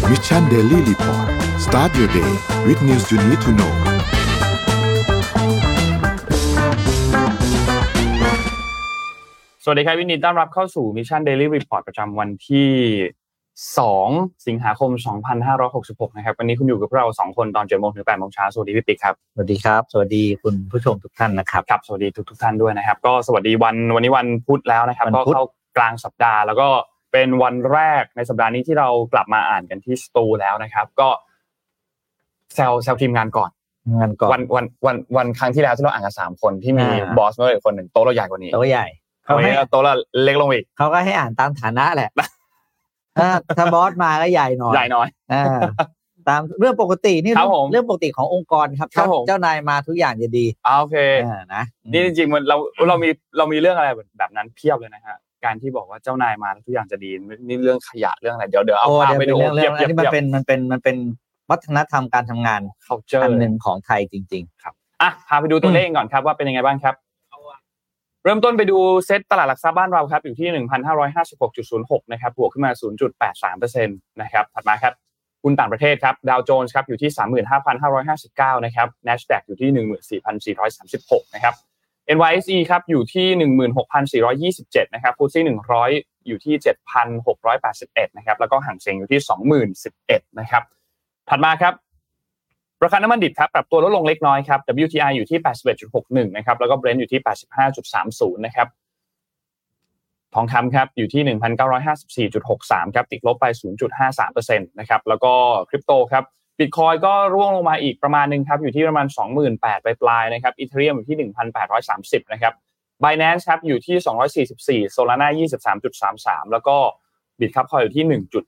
Mission Daily Report start your day with news you need to know สวัสดีครับวินดีต้อนรับเข้าสู่ Mission Daily Report ประจำวันที่2สิงหาคม2566นะครับวันนี้คุณอยู่กับเรา2คนตอน 7:00 นถึง 8:00 นเช้าสวัสดีพี่ปิ๊กครับสวัสดีครับสวัสดีคุณผู้ชมทุกท่านนะครับครับสวัสดีทุกท่านด้วยนะครับก็สวัสดีวันนี้วันพุธแล้วนะครับก็เข้ากลางสัปดาห์แล้วก็เป็นวันแรกในสัปดาห์นี้ที่เรากลับมาอ่านกันที่สตูแล้วนะครับก็แซวทีมงานก่อนวันครั้งที่แล้วที่เราอ่านกัน3คนที่มีบอสมาอีกคนนึงโต๊ะเราใหญ่กว่านี้โต๊ะใหญ่เขาให้โต๊ะเราเล็กลงอีกเขาก็ให้อ่านตามฐานะแหละถ้าบอสมาก็ใหญ่หน่อยตามเรื่องปกตินี่เรื่องปกติขององค์กรครับเจ้านายมาทุกอย่างจะดีโอเคนะนี่จริงๆเรามีเรื่องอะไรแบบนั้นเพียบเลยนะฮะการที่บอกว่าเจ้านายมาทุกอย่างจะดีนี่เรื่องขยะเรื่องอะไรเดี๋ยวเอาภาพไปดูเรื่องอันนี้มันเป็นวัฒนธรรมการทำงาน culture อันนึงของไทยจริงๆครับพาไปดูตัวเลขก่อนครับว่าเป็นยังไงบ้างครับเริ่มต้นไปดูเซ็ตตลาดหลักทรัพย์บ้านเราครับอยู่ที่ 1,556.06 นะครับบวกขึ้นมา 0.83% นะครับถัดมาครับหุ้นต่างประเทศครับดาวโจนส์ครับอยู่ที่ 35,559 นะครับ NASDAQ อยู่ที่ 14,436 นะครับ NYSE ครับอยู่ที่ 16,427 นะครับ FTSE 100อยู่ที่ 7,681 นะครับแล้วก็หางเส็งอยู่ที่ 20,011 นะครับถัดมาครับราคาน้ำมันดิบครับปรับตัวลดลงเล็กน้อยครับ WTI อยู่ที่ 81.61 นะครับแล้วก็ Brent อยู่ที่ 85.30 นะครับทองคำครับอยู่ที่ 1,954.63 ครับติดลบไป 0.53% นะครับแล้วก็คริปโตครับ Bitcoin ก็ร่วงลงมาอีกประมาณนึงครับอยู่ที่ประมาณ 28,000 ปลายๆนะครับ Ethereum อยู่ที่ 1,830 นะครับ Binance ครับอยู่ที่ 244 Solana 23.33 แล้วก็ Bitcoin อยู่ที่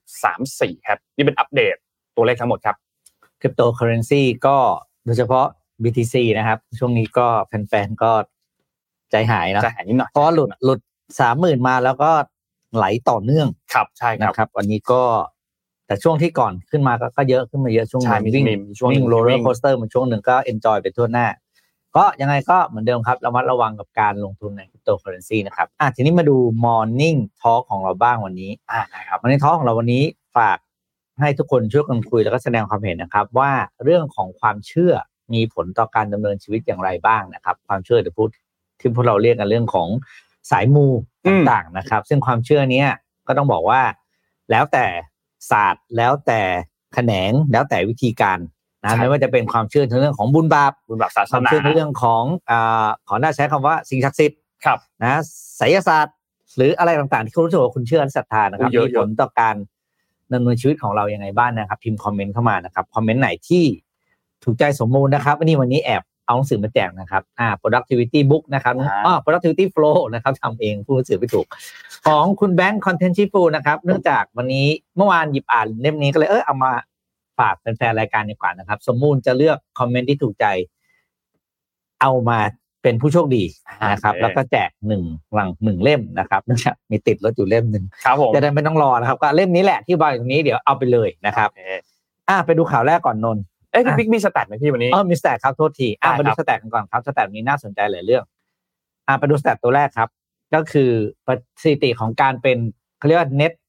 1.34 ครับนี่เป็นอัปเดตตัวเลขทั้งหมดครับคริปโตเคอเรนซีก็โดยเฉพาะ BTC นะครับช่วงนี้ก็แฟนๆก็ใจหายนะใจหายนิดหน่อยเพราะหลุด 30,000 มาแล้วก็ไหลต่อเนื่องครับใช่ครับวันนี้ก็แต่ช่วงที่ก่อนขึ้นมาก็เยอะขึ้นมาเยอะช่วงวิ่งโรลเลอร์โคสเตอร์มันช่วงนึงก็เอนจอยไปทั่วหน้าก็ยังไงก็เหมือนเดิมครับระมัดระวังกับการลงทุนในคริปโตเคอเรนซีนะครับทีนี้มาดู Morning Talk ของเราบ้างวันนี้นะครับ Morning Talk ของเราวันนี้ฝากให้ทุกคนช่วยกันคุยแล้วก็แสดงความเห็นนะครับว่าเรื่องของความเชื่อมีผลต่อการดำเนินชีวิตอย่างไรบ้างนะครับความเชื่อที่พวกเราเรียกกันเรื่องของสายมูต่างๆนะครับซึ่งความเชื่อนี้ก็ต้องบอกว่าแล้วแต่ศาสตร์แล้วแต่แขนงแล้วแต่วิธีการนะไม่ว่าจะเป็นความเชื่อในเรื่องของบุญบาปศาสนาความเชื่อในเรื่องของขอน่าใช้คำว่าสิ่งศักดิ์สิทธิ์นะไสยศาสตร์หรืออะไรต่างๆที่คุณรู้สึกว่าคุณเชื่อและศรัทธานะครับมีผลต่อการดำเนินชีวิตของเรายังไงบ้างนะครับพิมพ์คอมเมนต์เข้ามานะครับคอมเมนต์ไหนที่ถูกใจสมมูลนะครับวันนี้แอบเอาหนังสือมาแจกนะครับproductivity book นะครับproductivity flow นะครับทำเองผู้หนังสือไม่ถูกของคุณแบงค์ contentful นะครับเนื่องจากวันนี้เมื่อวานหยิบอ่านเล่มนี้ก็เลยเอามาฝากแฟนๆรายการดีกว่านะครับสมมูลจะเลือกคอมเมนต์ที่ถูกใจเอามาเป็นผู้โชคดีนะครับแล้วก็แจก1เล่มนะครับเนื่องจากมีติดรถอยู่เล่มนึงจะได้ไม่ต้องรอนะครับก็เล่มนี้แหละที่บายตรงนี้เดี๋ยวเอาไปเลยนะครับไปดูข่าวแรกก่อนนนท์พี่บิ๊กมีสแตทมั้ยพี่วันนี้มีสแตทครับโทษทีมาดูสแตทกันก่อนครับสแตทนี้น่าสนใจหลายเรื่องไปดูสแตทตัวแรกครับก็คือสถิติของการเป็นเค้าเรียกว่า net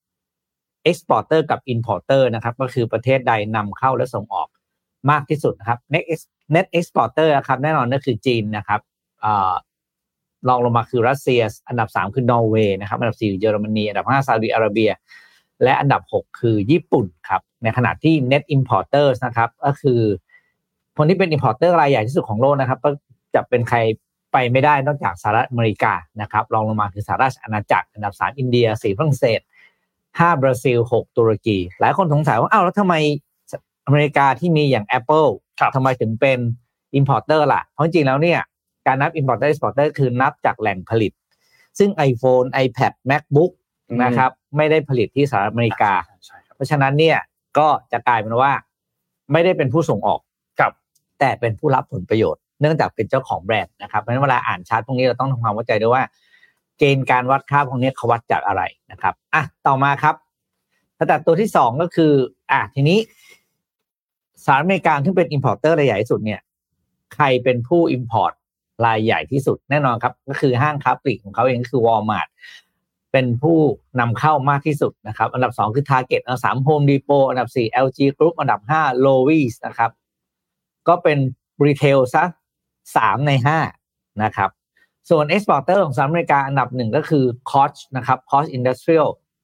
exporter กับ importer นะครับก็คือประเทศใดนำเข้าและส่งออกมากที่สุดนะครับ net exporter นะครับแน่นอนก็คือจีนนะครับรองลงมาคือรัสเซียอันดับ3คือนอร์เวย์นะครับอันดับ4เยอรมนีอันดับ5ซาอุดิอาระเบียและอันดับ6คือญี่ปุ่นครับในขณะที่ net importers นะครับก็คือคนที่เป็น importer รายใหญ่ที่สุดของโลกนะครับก็จะเป็นใครไปไม่ได้นอกจากสหรัฐอเมริกานะครับรองลงมาคือสหราชอาณาจักรอันดับ3อินเดีย4ฝรั่งเศส5บราซิล6ตุรกีหลายคนสงสัยว่าแล้วทำไมอเมริกาที่มีอย่าง Apple ทำไมถึงเป็น importer ล่ะเพราะจริงๆแล้วเนี่ยการนับ importer exporter คือนับจากแหล่งผลิตซึ่ง iPhone iPad MacBook นะครับไม่ได้ผลิตที่สหรัฐอเมริกาเพราะฉะนั้นเนี่ยก็จะกลายเป็นว่าไม่ได้เป็นผู้ส่งออกแต่เป็นผู้รับผลประโยชน์เนื่องจากเป็นเจ้าของแบรนด์นะครับเพราะฉะนั้นเวลาอ่านชาร์ตพวกนี้เราต้องทำความเข้าใจด้วยว่าเกณฑ์การวัดค่าพวกนี้เขาวัดจากอะไรนะครับต่อมาครับสแตทตัวที่2ก็คือทีนี้สหรัฐอเมริกาซึ่งเป็น importer รายใหญ่ที่สุดเนี่ยใครเป็นผู้ import รายใหญ่ที่สุดแน่นอนครับก็คือห้างค้าปลีกของเขาเองก็คือ Walmart เป็นผู้นำเข้ามากที่สุดนะครับอันดับ2คือ Target อันดับ3 Home Depot อันดับ4 LG Group อันดับ5 Lowe's นะครับก็เป็นรีเทลซะ3ใน5นะครับส่วน Exporter ของสหรัฐอเมริกาอันดับ1ก็คือ Koch นะครับ Koch Industrial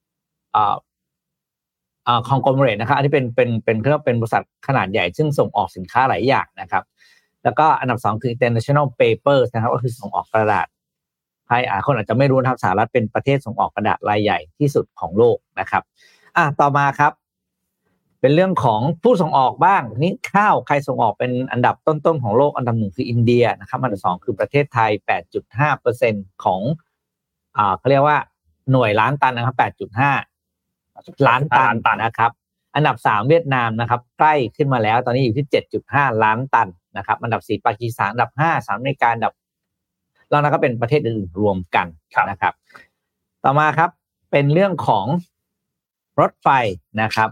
Conglomerate นะครับอันนี้เป็นเรียกว่าเป็นบริษัทขนาดใหญ่ซึ่งส่งออกสินค้าหลายอย่างนะครับแล้วก็อันดับ2คือ International Papers นะครับก็คือส่งออกกระดาษคนอาจจะไม่รู้นะครับสหรัฐเป็นประเทศส่งออกกระดาษรายใหญ่ที่สุดของโลกนะครับต่อมาครับเป็นเรื่องของผู้ส่งออกบ้างนี่ข้าวใครส่งออกเป็นอันดับต้นๆของโลกอันดับ1คืออินเดียนะครับอันดับ2คือประเทศไทย 8.5% ของเขาเรียกว่าหน่วยล้านตันนะครับ 8.5 ล้านตันนะครับอันดับ3เวียดนามนะครับใกล้ขึ้นมาแล้วตอนนี้อยู่ที่ 7.5 ล้านตันนะครับอันดับ4ปากีสถานอันดับ5สหรัฐอเมริกาอันดับแล้วนะก็เป็นประเทศอื่นรวมกันนะครับต่อมาครับเป็นเรื่องของรถไฟนะครับ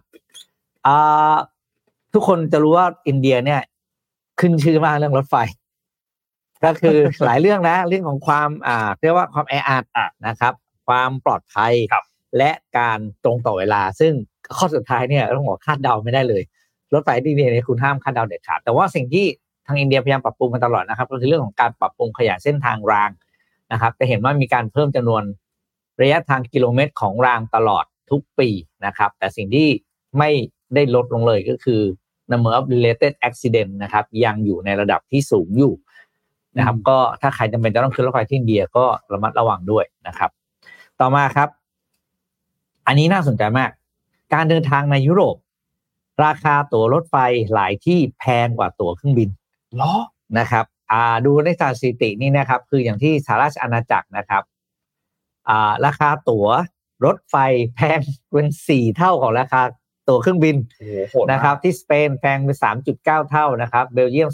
ทุกคนจะรู้ว่าอินเดียเนี่ยขึ้นชื่อมากเรื่องรถไฟก็คือหลายเรื่องนะเรื่องของความเรียกว่าความแออัดนะครับความปลอดภัยและการตรงต่อเวลาซึ่งข้อสุดท้ายเนี่ยต้องบอกคาดเดาไม่ได้เลยรถไฟที่อินเดียเนี่ยคุณห้ามคาดเดาเด็ดขาดแต่ว่าสิ่งที่ทางอินเดียพยายามปรับปรุงมาตลอดนะครับก็คือเรื่องของการปรับปรุงขยายเส้นทางรางนะครับจะเห็นว่ามีการเพิ่มจำนวนระยะทางกิโลเมตรของรางตลอดทุกปีนะครับแต่สิ่งที่ไม่ได้ลดลงเลยก็คือ number of related accident นะครับยังอยู่ในระดับที่สูงอยู่นะครับก็ถ้าใครจำเป็นจะต้องขึ้นรถไฟที่อินเดียก็ระมัดระวังด้วยนะครับต่อมาครับอันนี้น่าสนใจมากการเดินทางในยุโรปราคาตั๋วรถไฟหลายที่แพงกว่าตั๋วเครื่องบินนะครับดูในสถิตินี่นะครับคืออย่างที่สหราชอาณาจักรนะครับราคาตั๋วรถไฟแพงเป็น4เท่าของราคาตั๋วเครื่องบินนะครับที่สเปนแพงเป็น 3.9 เท่านะครับเบลเยียม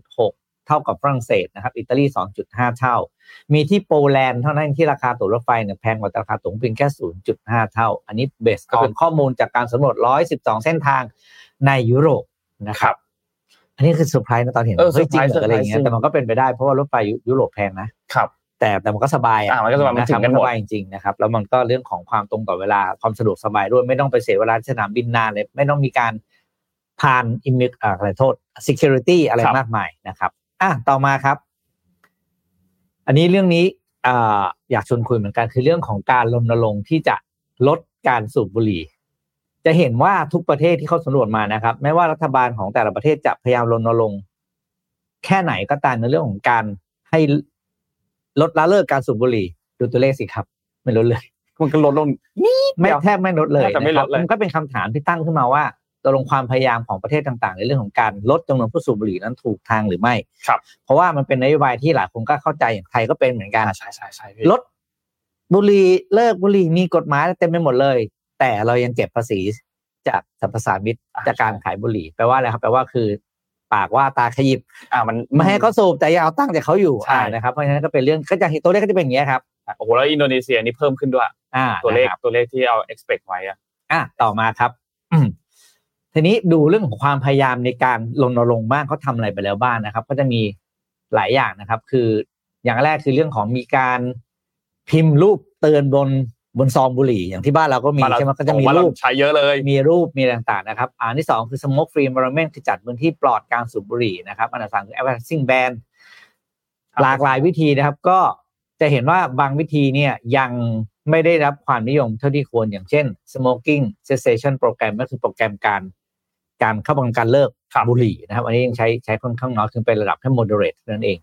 2.6 เท่ากับฝรั่งเศสนะครับอิตาลี 2.5 เท่ามีที่โปแลนด์เท่านั้นที่ราคาตั๋วรถไฟเนี่ยแพงกว่าราคาตั๋วเครื่องบินแค่ 0.5 เท่าอันนี้เบสก็เป็นข้อมูลจากการสำรวจ112เส้นทางในยุโรปนะครับอันนี้คือเซอร์ไพรส์นะตอนเห็นเฮ้ยจริงเหรออะไรอย่างเงี้ยแต่มันก็เป็นไปได้เพราะว่ารถไฟยุโรปแพงนะครับแต่มันก็สบายมันก็สบายมันถึงกันหมดจริงๆนะครับแล้วมันก็เรื่องของความตรงต่อเวลาความสะดวกสบายด้วยไม่ต้องไปเสียเวลาที่สนามบินนานเลยไม่ต้องมีการผ่านอะไรโทษ security อะไรมากมายนะครับต่อมาครับอันนี้เรื่องนี้อยากชวนคุยเหมือนกันคือเรื่องของการรณรงค์ที่จะลดการสูบบุหรี่จะเห็นว่าทุกประเทศที่เขาสำรวจมานะครับไม่ว่ารัฐบาลของแต่ละประเทศจะพยายามรณรงค์แค่ไหนก็ตามในเรื่องของการให้ลดละเลิกการสูบบุหรี่ดูตัวเลขสิครับไม่ลดเลยมันก็ลดลงไม่แทบไม่ลดเลยนะครับมันก็เป็นคำถามที่ตั้งขึ้นมาว่าตกลงความพยายามของประเทศต่างๆในเรื่องของการลดจำนวนผู้สูบบุหรี่นั้นถูกทางหรือไม่ครับเพราะว่ามันเป็นนโยบายที่หลายคนก็เข้าใจอย่างไทยก็เป็นเหมือนกันใช่ๆๆลดบุหรี่เลิกบุหรี่มีกฎหมายเต็มไปหมดเลยแต่เรายังเก็บภาษีจากสรรพสามิตจากการขายบุหรี่แปลว่าอะไรครับแปลว่าคือปากว่าตาขยิบมันไม่ให้เขาสูบแต่ยังเอาตั้งจากเขาอยู่นะครับเพราะฉะนั้นก็เป็นเรื่องก็จะตัวเลขก็จะเป็นอย่างนี้ครับโอ้โหแล้วอินโดนีเซียนี่เพิ่มขึ้นด้วยตัวเลขที่เอา expect ไว้ต่อมาครับทีนี้ดูเรื่องของความพยายามในการรณรงค์บ้างเขาทำอะไรไปแล้วบ้างนะครับก็จะมีหลายอย่างนะครับคืออย่างแรกคือเรื่องของมีการพิมพ์รูปเตือนบนซองบุหรี่อย่างที่บ้านเราก็มีใช่ไหมก็จะมีรูปใช้เยอะเลยมีรูปมีต่างๆนะครับอันที่2คือ smoke free environment คือจัดพื้นที่ปลอดการสูบบุหรี่นะครับอันที่3คือ advertising ban หลากหลายวิธีนะครับก็จะเห็นว่าบางวิธีเนี่ยยังไม่ได้รับความนิยมเท่าที่ควรอย่างเช่น smoking cessation program ก็คือโปรแกรมการเข้าบังการเลิกบุหรี่นะครับอันนี้ยังใช้ค่อนข้างน้อยถึงเป็นระดับแค่ moderate นั่นเอง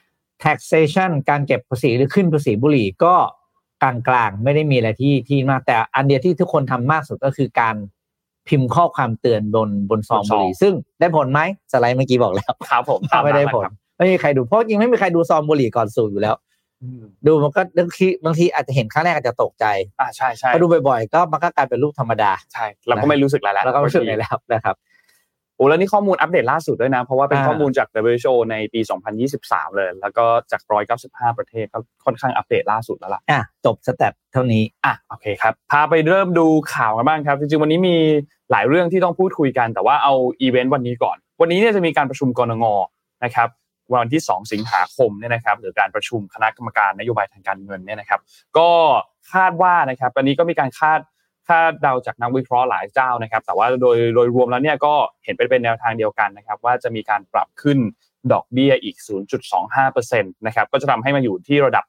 taxation การเก็บภาษีหรือขึ้นภาษีบุหรี่ก็กลางๆไม่ได้มีอะไรที่มากแต่อันเดียวที่ทุกคนทำมากสุดก็คือการพิมพ์ข้อความเตือนบนซองบุหรี่ซึ่งได้ผลไหมสไลด์เมื่อกี้บอกแล้วครับผมไม่ได้ผลไม่มีใครดูเพราะจริงไม่มีใครดูซองบุหรี่ก่อนสูบอยู่แล้วดูมันก็บางทีอาจจะเห็นครั้งแรกอาจจะตกใจใช่ๆพอดูบ่อยๆก็มันก็กลายเป็นรูปธรรมดาใช่เราก็ไม่รู้สึกอะไรแล้วเราก็รู้สึกอะไรแล้วนะครับโอ้แล้วนี่ข้อมูลอัปเดตล่าสุดด้วยนะเพราะว่าเป็นข้อมูลจาก WHO ในปี 2023 เลยแล้วก็จาก195ประเทศก็ค่อนข้างอัปเดตล่าสุดแล้วล่ะจบสเต็ปเท่านี้โอเคครับพาไปเริ่มดูข่าวกันบ้างครับจริงๆวันนี้มีหลายเรื่องที่ต้องพูดคุยกันแต่ว่าเอาอีเวนต์วันนี้ก่อนวันนี้เนี่ยจะมีการประชุมกนง.นะครับวันที่2สิงหาคมเนี่ยนะครับหรือการประชุมคณะกรรมการนโยบายทางการเงินเนี่ยนะครับก็คาดว่านะครับอันนี้ก็มีการคาดเดาจากนักวิเคราะห์หลายเจ้านะครับแต่ว่าโดยรวมแล้วเนี่ยก็เห็นเป็นแนวทางเดียวกันนะครับว่าจะมีการปรับขึ้นดอกเบี้ยอีก 0.25% นะครับก็จะทำให้มาอยู่ที่ระดับ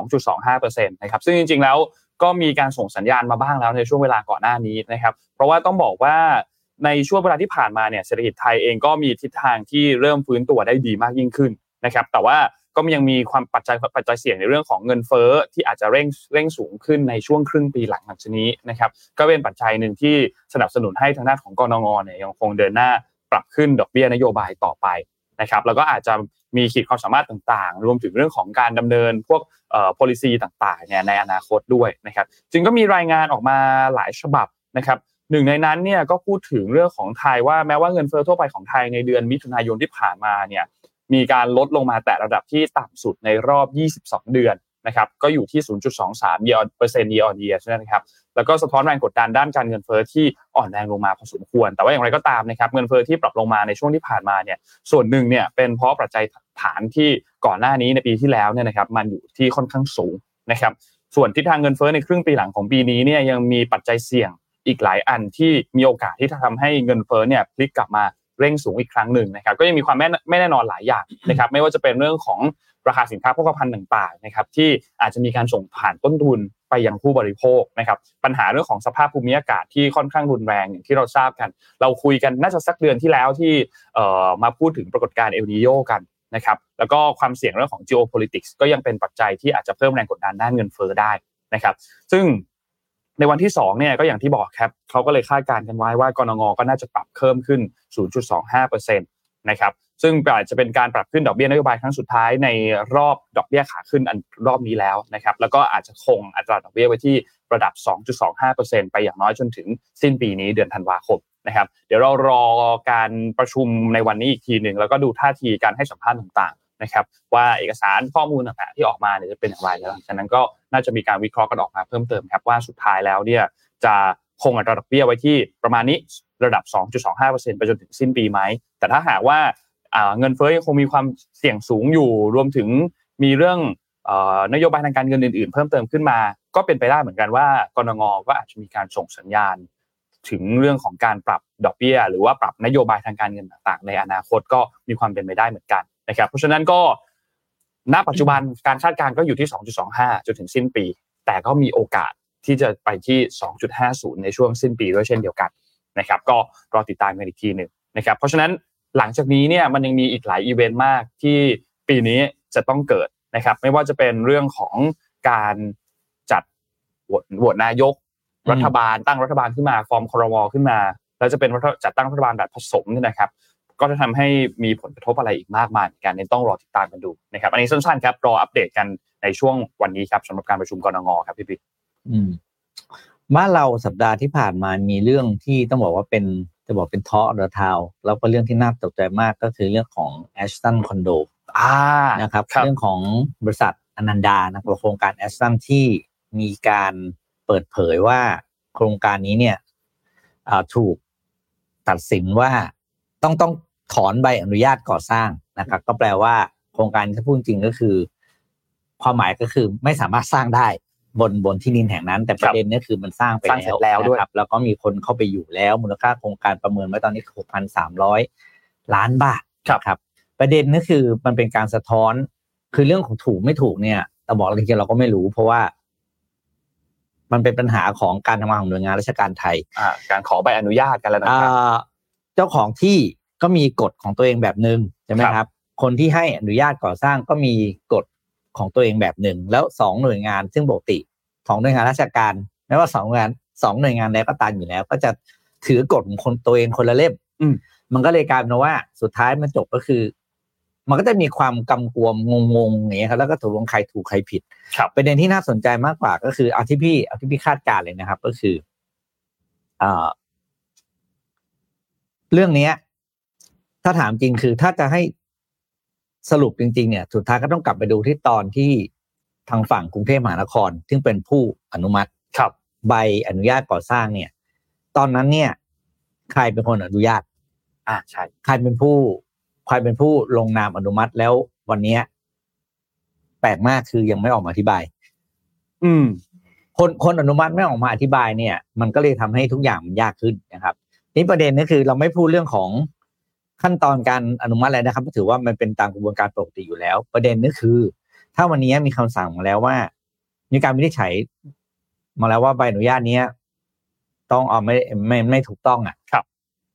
2.25% นะครับซึ่งจริงๆแล้วก็มีการส่งสัญญาณมาบ้างแล้วในช่วงเวลาก่อนหน้านี้นะครับเพราะว่าต้องบอกว่าในช่วงเวลาที่ผ่านมาเนี่ยเศรษฐกิจไทยเองก็มีทิศทางที่เริ่มฟื้นตัวได้ดีมากยิ่งขึ้นนะครับแต่ว่าก็ยังมีความปัจจัยเสี่ยงในเรื่องของเงินเฟ้อที่อาจจะเร่งสูงขึ้นในช่วงครึ่งปีหลังจากนี้นะครับก็เป็นปัจจัยนึงที่สนับสนุนให้ทางด้านของกนง.เนี่ยยังคงเดินหน้าปรับขึ้นดอกเบี้ยนโยบายต่อไปนะครับแล้วก็อาจจะมีขีดความสามารถต่างๆรวมถึงเรื่องของการดำเนินพวกpolicy ต่างๆเนี่ยในอนาคตด้วยนะครับจึงก็มีรายงานออกมาหลายฉบับนะครับหนึ่งในนั้นเนี่ยก็พูดถึงเรื่องของไทยว่าแม้ว่าเงินเฟ้อทั่วไปของไทยในเดือนมิถุนายนที่ผ่านมาเนี่ยมีการลดลงมาแต่ระดับที่ต่ำสุดในรอบ22เดือนนะครับก็อยู่ที่ 0.23% year on year ใช่ไหมครับแล้วก็สะท้อนแรงกดดันด้านการเงินเฟ้อที่อ่อนแรงลงมาพอสมควรแต่ว่าอย่างไรก็ตามนะครับเงินเฟ้อที่ปรับลงมาในช่วงที่ผ่านมาเนี่ยส่วนหนึ่งเนี่ยเป็นเพราะปัจจัยฐานที่ก่อนหน้านี้ในปีที่แล้วเนี่ยนะครับมันอยู่ที่ค่อนข้างสูงนะครับส่วนทิศทางเงินเฟ้อในครึ่งปีหลังของปีนี้เนี่ยยังมีปัจจัยเสี่ยงอีกหลายอันที่มีโอกาสที่จะทำให้เงินเฟ้อเนี่ยพลิกกลับมาเร่งสูงอีกครั้งหนึ่งนะครับก็ยังมีความไม่แน่นอนหลายอย่างนะครับไม่ว่าจะเป็นเรื่องของราคาสินค้าโภคภัณฑ์ต่างๆนะครับที่อาจจะมีการส่งผ่านต้นทุนไปยังผู้บริโภคนะครับปัญหาเรื่องของสภาพภูมิอากาศที่ค่อนข้างรุนแรงอย่างที่เราทราบกันเราคุยกันน่าจะสักเดือนที่แล้วที่มาพูดถึงปรากฏการณ์เอลนีโญกันนะครับแล้วก็ความเสี่ยงเรื่องของ geopolitics ก็ยังเป็นปัจจัยที่อาจจะเพิ่มแรงกดดันด้านเงินเฟ้อได้นะครับซึ่งในวันที่2เนี่ยก็อย่างที่บอกครับเขาก็เลยคาดการณ์กันไว้ว่ากนง.ก็น่าจะปรับเพิ่มขึ้น 0.25% นะครับซึ่งอาจจะเป็นการปรับขึ้นดอกเบี้ยนโยบายครั้งสุดท้ายในรอบดอกเบี้ยขาขึ้นอันรอบนี้แล้วนะครับแล้วก็อาจจะคงอัตราดอกเบี้ยไว้ที่ระดับ 2.25% ไปอย่างน้อยจนถึงสิ้นปีนี้เดือนธันวาคมนะครับเดี๋ยวเรารอการประชุมในวันนี้อีกทีนึงแล้วก็ดูท่าทีการให้สัมภาษณ์ต่างๆนะครับว่าเอกสารข้อมูลต่างๆที่ออกมาเนี่ยจะเป็นอย่างไรแล้วหลังจากนั้นก็น่าจะมีการวิเคราะห์กันออกมาเพิ่มเติมครับว่าสุดท้ายแล้วเนี่ยจะคงอัตราดอกเบี้ยไว้ที่ประมาณนี้ระดับ 2.25% ไปจนถึงสิ้นปีไหมแต่ถ้าหากว่าเงินเฟ้อยังคงมีความเสี่ยงสูงอยู่รวมถึงมีเรื่องนโยบายทางการเงินอื่นๆเพิ่มเติมขึ้นมาก็เป็นไปได้เหมือนกันว่ากนง.ก็อาจจะมีการส่งสัญญาณถึงเรื่องของการปรับดอกเบี้ยหรือว่าปรับนโยบายทางการเงินต่างๆในอนาคตก็มีความเป็นไปได้เหมือนกันนะครับเพราะฉะนั้นก็ณปัจจุบันการคาดการณ์ก็อยู่ที่ 2.25 จนถึงสิ้นปีแต่ก็มีโอกาสที่จะไปที่ 2.50 ในช่วงสิ้นปีด้วยเช่นเดียวกันนะครับก็รอติดตามกันอีกทีนึงนะครับเพราะฉะนั้นหลังจากนี้เนี่ยมันยังมีอีกหลายอีเวนต์มากที่ปีนี้จะต้องเกิดนะครับไม่ว่าจะเป็นเรื่องของการจัดโหวตนายกรัฐบาลตั้งรัฐบาลขึ้นมาฟอร์มครม.ขึ้นมาแล้วจะเป็นจัดตั้งรัฐบาลแบบผสมนี่นะครับก็จะทำให้มีผลกระทบอะไรอีกมากมายเหมือนกันต้องรอติดตามกันดูนะครับอันนี้สั้นๆครับรออัปเดตกันในช่วงวันนี้ครับสำหรับการประชุมกนง.ครับพี่ปิ๊กบ้านเราสัปดาห์ที่ผ่านมามีเรื่องที่ต้องบอกว่าเป็นTalk of the Town แล้วก็เรื่องที่น่าตกใจมากก็คือเรื่องของ Ashton Condo นะครับเรื่องของบริษัทอนันดาโครงการ Ashton ที่มีการเปิดเผยว่าโครงการนี้เนี่ยถูกตัดสินว่าต้องถอนใบอนุญาตก่อสร้างนะครับก็แปลว่าโครงการที่พูดจริงก็คือความหมายก็คือไม่สามารถสร้างได้บนที่ดินแห่งนั้นแต่ประเด็นนี่คือมันสร้างไปแล้วนะครับแล้วก็มีคนเข้าไปอยู่แล้วมูลค่าโครงการประเมินไว้ตอนนี้ 6,300 ล้านบาทครับประเด็นก็คือมันเป็นการสะท้อนคือเรื่องของถูกไม่ถูกเนี่ยแต่บอกจริงๆเราก็ไม่รู้เพราะว่ามันเป็นปัญหาของการทำงานของหน่วยงานราชการไทยการขอใบอนุญาตกันแล้วนะครับเจ้าของที่ก็มีกฎของตัวเองแบบนึงใช่ไหมครับคนที่ให้อนุญาตก่อสร้างก็มีกฎของตัวเองแบบหนึ่งแล้ว2หน่วยงานซึ่งปกติของหน่วยงานราชการไม่ว่า2หน่วยงานใดก็ตามอยู่แล้วก็จะถือกฎของคนตัวเองคนละเล่มมันก็เลยกลายเป็นว่าสุดท้ายมันจบก็คือมันก็จะมีความกำกวมงงๆอย่างเงี้ยครับแล้วก็ถูกลงใครถูกใครผิดประเด็นที่น่าสนใจมากกว่าก็คือเอาที่พี่คาดการณ์เลยนะครับก็คือเรื่องนี้ถ้าถามจริงคือถ้าจะให้สรุปจริงๆเนี่ยสุดท้ายก็ต้องกลับไปดูที่ตอนที่ทางฝั่งกรุงเทพมหานครซึ่งเป็นผู้อนุมัติใบอนุญาตก่อสร้างเนี่ยตอนนั้นเนี่ยใครเป็นคนอนุญาตใช่ใครเป็นผู้ลงนามอนุมัติแล้ววันนี้แปลกมากคือยังไม่ออกมาอธิบายคนอนุมัติไม่ออกมาอธิบายเนี่ยมันก็เลยทำให้ทุกอย่างมันยากขึ้นนะครับนี่ประเด็นก็คือเราไม่พูดเรื่องของขั้นตอนการอนุมัติอะไรนะครับถือว่ามันเป็นตามกระบวนการปกติอยู่แล้วประเด็นก็คือถ้าวันนี้มีคำสั่งมาแล้วว่ามีการวินิจฉัยมาแล้วว่าใบอนุญาตนี้ต้องไม่ถูกต้องอ่ะครับ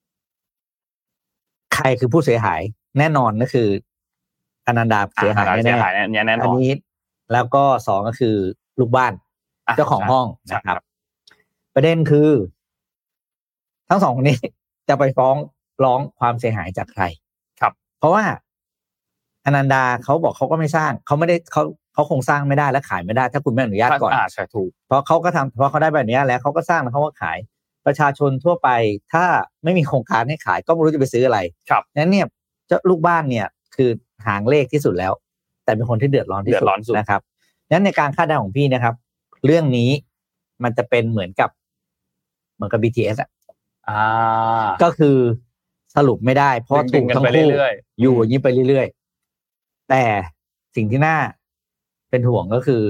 ใครคือผู้เสียหายแน่นอนก็คืออนันดาเสียหายแน่ๆอันนี้แล้วก็สองก็คือลูกบ้านเจ้าของห้องนะครับประเด็นคือทั้งสองคนนี้จะไปฟ้องร้องความเสียหายจากใครครับเพราะว่าอนันดาเขาบอกเขาก็ไม่สร้างเขาไม่ได้เขาคงสร้างไม่ได้และขายไม่ได้ถ้าคุณไม่อนุญาตก่อนใช่ถูกเพราะเขาก็ทำเพราะเขาได้แบบนี้แล้วเขาก็สร้างแล้วเขาก็ขายประชาชนทั่วไปถ้าไม่มีโครงการให้ขายก็ไม่รู้จะไปซื้ออะไรนั้นเนี่ยเจ้าลูกบ้านเนี่ยคือหางเลขที่สุดแล้วแต่เป็นคนที่เดือดร้อนที่สุดนะครับนั้นในการคาดเดาของพี่นะครับเรื่องนี้มันจะเป็นเหมือนกับBTS อ่ะก็คือสรุปไม่ได้เพราะถูกทั้งคู่อยู่อย่างนี้ไปเรื่อยๆแต่สิ่งที่น่าเป็นห่วงก็คือ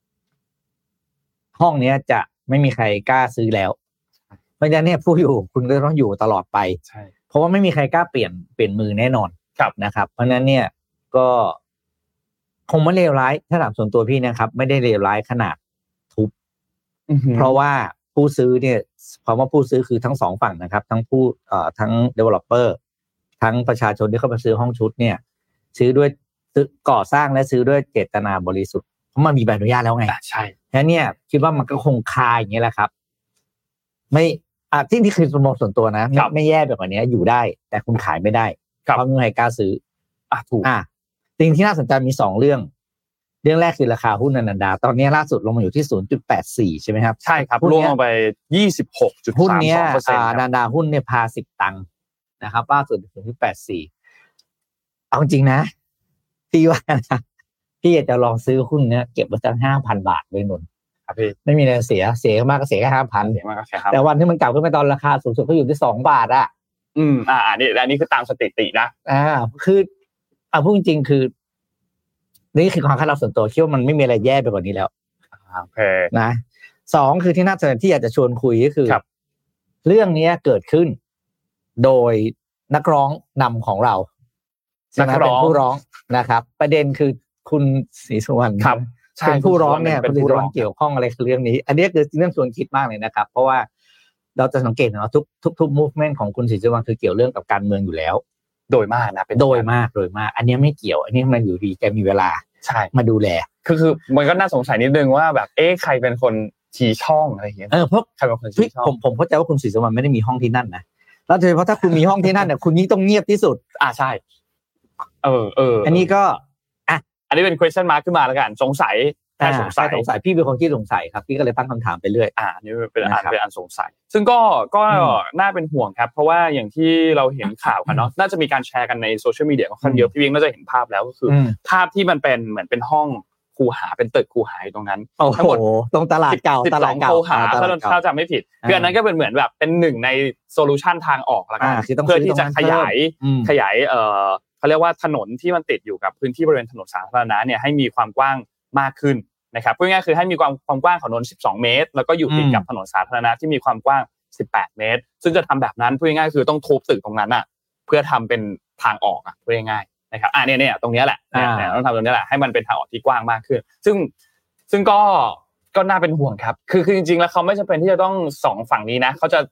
ห้องนี้จะไม่มีใครกล้าซื้อแล้วเพราะฉะนั้นเนี่ยผู้อยู่คุณก็ต้องอยู่ตลอดไปเพราะว่าไม่มีใครกล้าเปลี่ยนมือแน่นอนนะครับเพราะฉะนั้นเนี่ยก็คงไม่เลวร้ายถ้าถามส่วนตัวพี่นะครับไม่ได้เลวร้ายขนาดทุบเพราะว่าผู้ซื้อเนี่ยความว่าผู้ซื้อคือทั้งสองฝั่งนะครับทั้งทั้ง developer ทั้งประชาชนที่เข้ามาซื้อห้องชุดเนี่ยซื้อด้วยก่อสร้างและซื้อด้วยเจตนาบริสุทธิ์เพราะมันมีใบอนุญาตแล้วไงใช่แล้วเนี่ยคิดว่ามันก็คงคาอย่างนี้แหละครับไม่ที่คือสมมติส่วนตัวนะไม่แย่แบบนี้อยู่ได้แต่คุณขายไม่ได้เพราะไม่มีใครกล้าซื้อถูกสิ่งที่น่าสนใจมี2เรื่องแรกคือราคาหุ้นอนันดาตอนนี้ล่าสุดลงมาอยู่ที่ 0.84 ใช่ไหมครับใช่ครับร่วงลงไป 26.32% หุ้นนี้อนันดาหุ้นเนี่ยพา10ตังค์นะครับล่าสุด 0.84 เอาจริงนะพี่ว่านะพี่อยากจะลองซื้อหุ้นเนี่ยเก็บไว้สัก 5,000 บาทไว้นนครับพี่ไม่มีอะไรเสียมากก็เสียแค่ 5,000 เสียมากก็แค่แต่วันที่มันกลับขึ้นไปตอนราคาสูงสุดก็อยู่ที่2 บาทอ่ะอันนี้คือตามสถิตินะคือพูดจริงๆคือนี่คือความคาดเดาส่วนตัวคิดว่ามันไม่มีอะไรแย่ไปกว่านี้แล้วโอเคนะ2คือที่น่าสนใจที่อยากจะชวนคุยก็คือเรื่องนี้เกิดขึ้นโดยนักร้องนำของเราเป็นผู้ร้องนะครับประเด็นคือคุณศรีสุวรรณเป็นผู้ร้องเนี่ยคุณศรีสุวรรณเกี่ยวข้องอะไรกับเรื่องนี้อันนี้คือเรื่องชวนคิดมากเลยนะครับเพราะว่าเราจะสังเกตนะทุก movement ของคุณศรีสุวรรณคือเกี่ยวเรื่องกับการเมืองอยู่แล้วโดยมากนะโดยมากอันนี้ไม่เกี่ยวอันนี้มันอยู่ดีแกมีเวลาใช่มาดูแลคือมันก็น่าสงสัยนิดนึงว่าแบบใครเป็นคนชี้ช่องอะไรอย่างเงี้ยเพราะใครเป็นคนชี้ช่องผมเข้าใจว่าคุณศรีสุวรรณไม่ได้มีห้องที่นั่นนะแล้วโดยเฉพาะถ้าคุณมีห้องที่นั่นเนี่ยคุณยิ่งต้องเงียบที่สุดใช่อันนี้ก็อันนี้เป็น question mark ขึ้นมาแล้วกันสงสัยพี่เป็นคนที่สงสัยครับพี่ก็เลยตั้งคำถามไปเรื่อยนี่เป็นอันสงสัยซึ่งก็น่าเป็นห่วงครับเพราะว่าอย่างที่เราเห็นข่าวกันเนาะน่าจะมีการแชร์กันในโซเชียลมีเดียค่อนข้างเยอะพี่วิ่งน่าจะเห็นภาพแล้วก็คือภาพที่มันเป็นเหมือนเป็นห้องคูหาเป็นตึกคูหาอยู่ตรงนั้นทั้งหมดตรงตลาดเก่าคูหาถ้าจำไม่ผิดคืออันนั้นก็เป็นเหมือนแบบเป็นหนึ่งในโซลูชันทางออกละกันเพื่อที่จะขยายเขาเรียกว่าถนนที่มันติดอยู่กับพื้นที่บริเวณถนนสาธารณะเนี่ยให้มีความกว้างมากขึ้นนะครับพูดง่ายๆคือให้มีความกว้างของถนน12 เมตรแล้วก็อยู่ติดกับถนนสาธารณะที่มีความกว้าง18 เมตรซึ่งจะทำแบบนั้นพูดง่ายๆคือต้องทุบตึกตรงนั้นอ่ะเพื่อทำเป็นทางออกอ่ะพูดง่ายๆนะครับเนี่ยตรงนี้แหละต้องทำตรงนี้แหละให้มันเป็นทางออกที่กว้างมากขึ้นซึ่งก็น่าเป็นห่วงครับคือจริงๆแล้วเขาไม่จำเป็นที่จะต้อง2ฝั่งนี้นะเขาจะ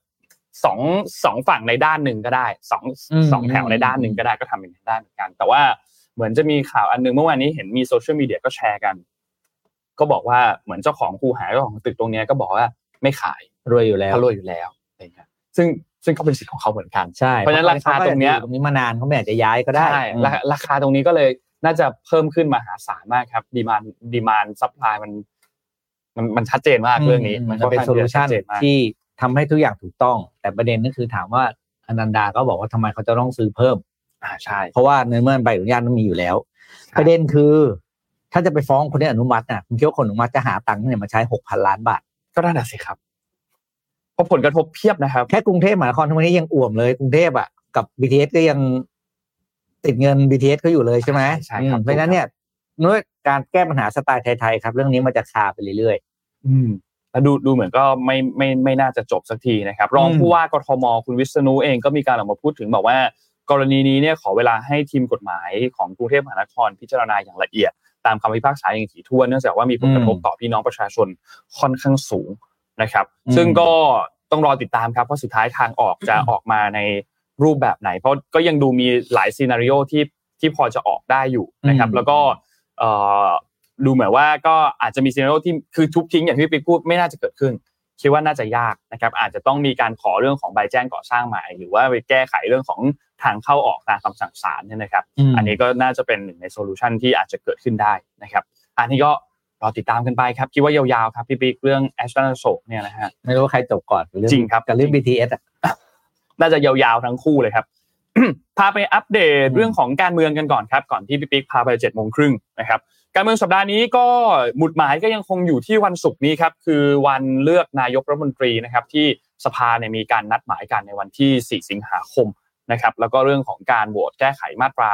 2ฝั่งในด้านหนึ่งก็ได้2แถวในด้านหนึ่งก็ได้ก็ทำอย่างนั้นได้เหมือนกันแต่ว่าเหมือนจะมีข่าวอันนึงเมื่อวานนี้เห็นมีโซเชียลมีเดียก็แชร์กันก็บอกว่าเหมือนเจ้าของคูหาเจ้าของตึกตรงนี้ก็บอกว่าไม่ขายรวยอยู่แล้วอะไรเงี้ยซึ่งก็เป็นสิทธิ์ของเขาเหมือนกันใช่เพราะฉะนั้นราคาตรงนี้มานานเขาไม่อาจจะย้ายก็ได้ใช่ราคาตรงนี้ก็เลยน่าจะเพิ่มขึ้นมหาศาลมากครับดีมานด์ซัพพลายมันชัดเจนมากเรื่องนี้มันเป็นโซลูชันที่ทำให้ทุกอย่างถูกต้องแต่ประเด็นก็คือถามว่าอนันดาก็บอกว่าทำไมเขาจะต้องซื้อเพิ่มใช่เพราะว่าในเมื่อใบอนุญาตมันมีอยู่แล้วประเด็นคือถ้าจะไปฟ้องคนที่อนุมัติน่ะคุณคิดว่าคนอนุมัติจะหาตังค์ที่ไหนมาใช้ 6,000 ล้านบาทก็น่าสิครับเพราะผลกระทบเพียบนะครับแค่กรุงเทพมหานครทั้งนี้ยังอ่วมเลยกรุงเทพอ่ะกับ BTS ก็ยังติดเงิน BTS เขาอยู่เลยใช่ไหมใช่ครับเพราะฉะนั้นเนี่ยด้วยการแก้ปัญหาสไตล์ไทยๆครับเรื่องนี้มันจะคาไปเรื่อยๆแล้วดูเหมือนก็ไม่น่าจะจบสักทีนะครับรองผู้ว่ากทมคุณวิษณุเองก็มีการออกมาพูดถึงบอกว่ากรณีนี้เนี่ยขอเวลาให้ทีมกฎหมายของกรุงเทพมหานครพิจารณาอย่างละเอียดตามคำพิพากษาอย่างถี่ถ้วนเนื่องจากว่ามีผลกระทบต่อพี่น้องประชาชนค่อนข้างสูงนะครับซึ่งก็ต้องรอติดตามครับว่าสุดท้ายทางออกจะออกมาในรูปแบบไหนเพราะก็ยังดูมีหลายซีนาริโอที่พอจะออกได้อยู่นะครับแล้วก็ดูเหมือนว่าก็อาจจะมีซีนาริโอที่คือทุบทิ้งอย่างที่พี่พูดไม่น่าจะเกิดขึ้นคิดว่าน่าจะยากนะครับอาจจะต้องมีการขอเรื่องของใบแจ้งก่อสร้างใหม่หรือว่าไปแก้ไขเรื่องของทางเข้าออกตามคำสั่งศาลเนี่ยนะครับอันนี้ก็น่าจะเป็นหนึ่งในโซลูชันที่อาจจะเกิดขึ้นได้นะครับอันนี้ก็รอติดตามกันไปครับคิดว่ายาวๆครับพี่ปิ๊กเรื่องแอสตันโศกเนี่ยนะฮะไม่รู้ใครจบก่อนจริงครับกับเรื่อง BTS น่าจะยาวๆทั้งคู่เลยครับ พาไปอัปเดตเรื่องของการเมืองกันก่อนครับก่อนที่พี่ปิ๊กพาไป 7:30 น.นะครับการเมืองสัปดาห์นี้ก็หมุดหมายก็ยังคงอยู่ที่วันศุกร์นี้ครับคือวันเลือกนายกรัฐมนตรีนะครับที่สภาเนี่ยมีการนัดหมายกันในวันที่4สิงหาคมนะครับแล้วก็เรื่องของการโหวตแก้ไขมาตรา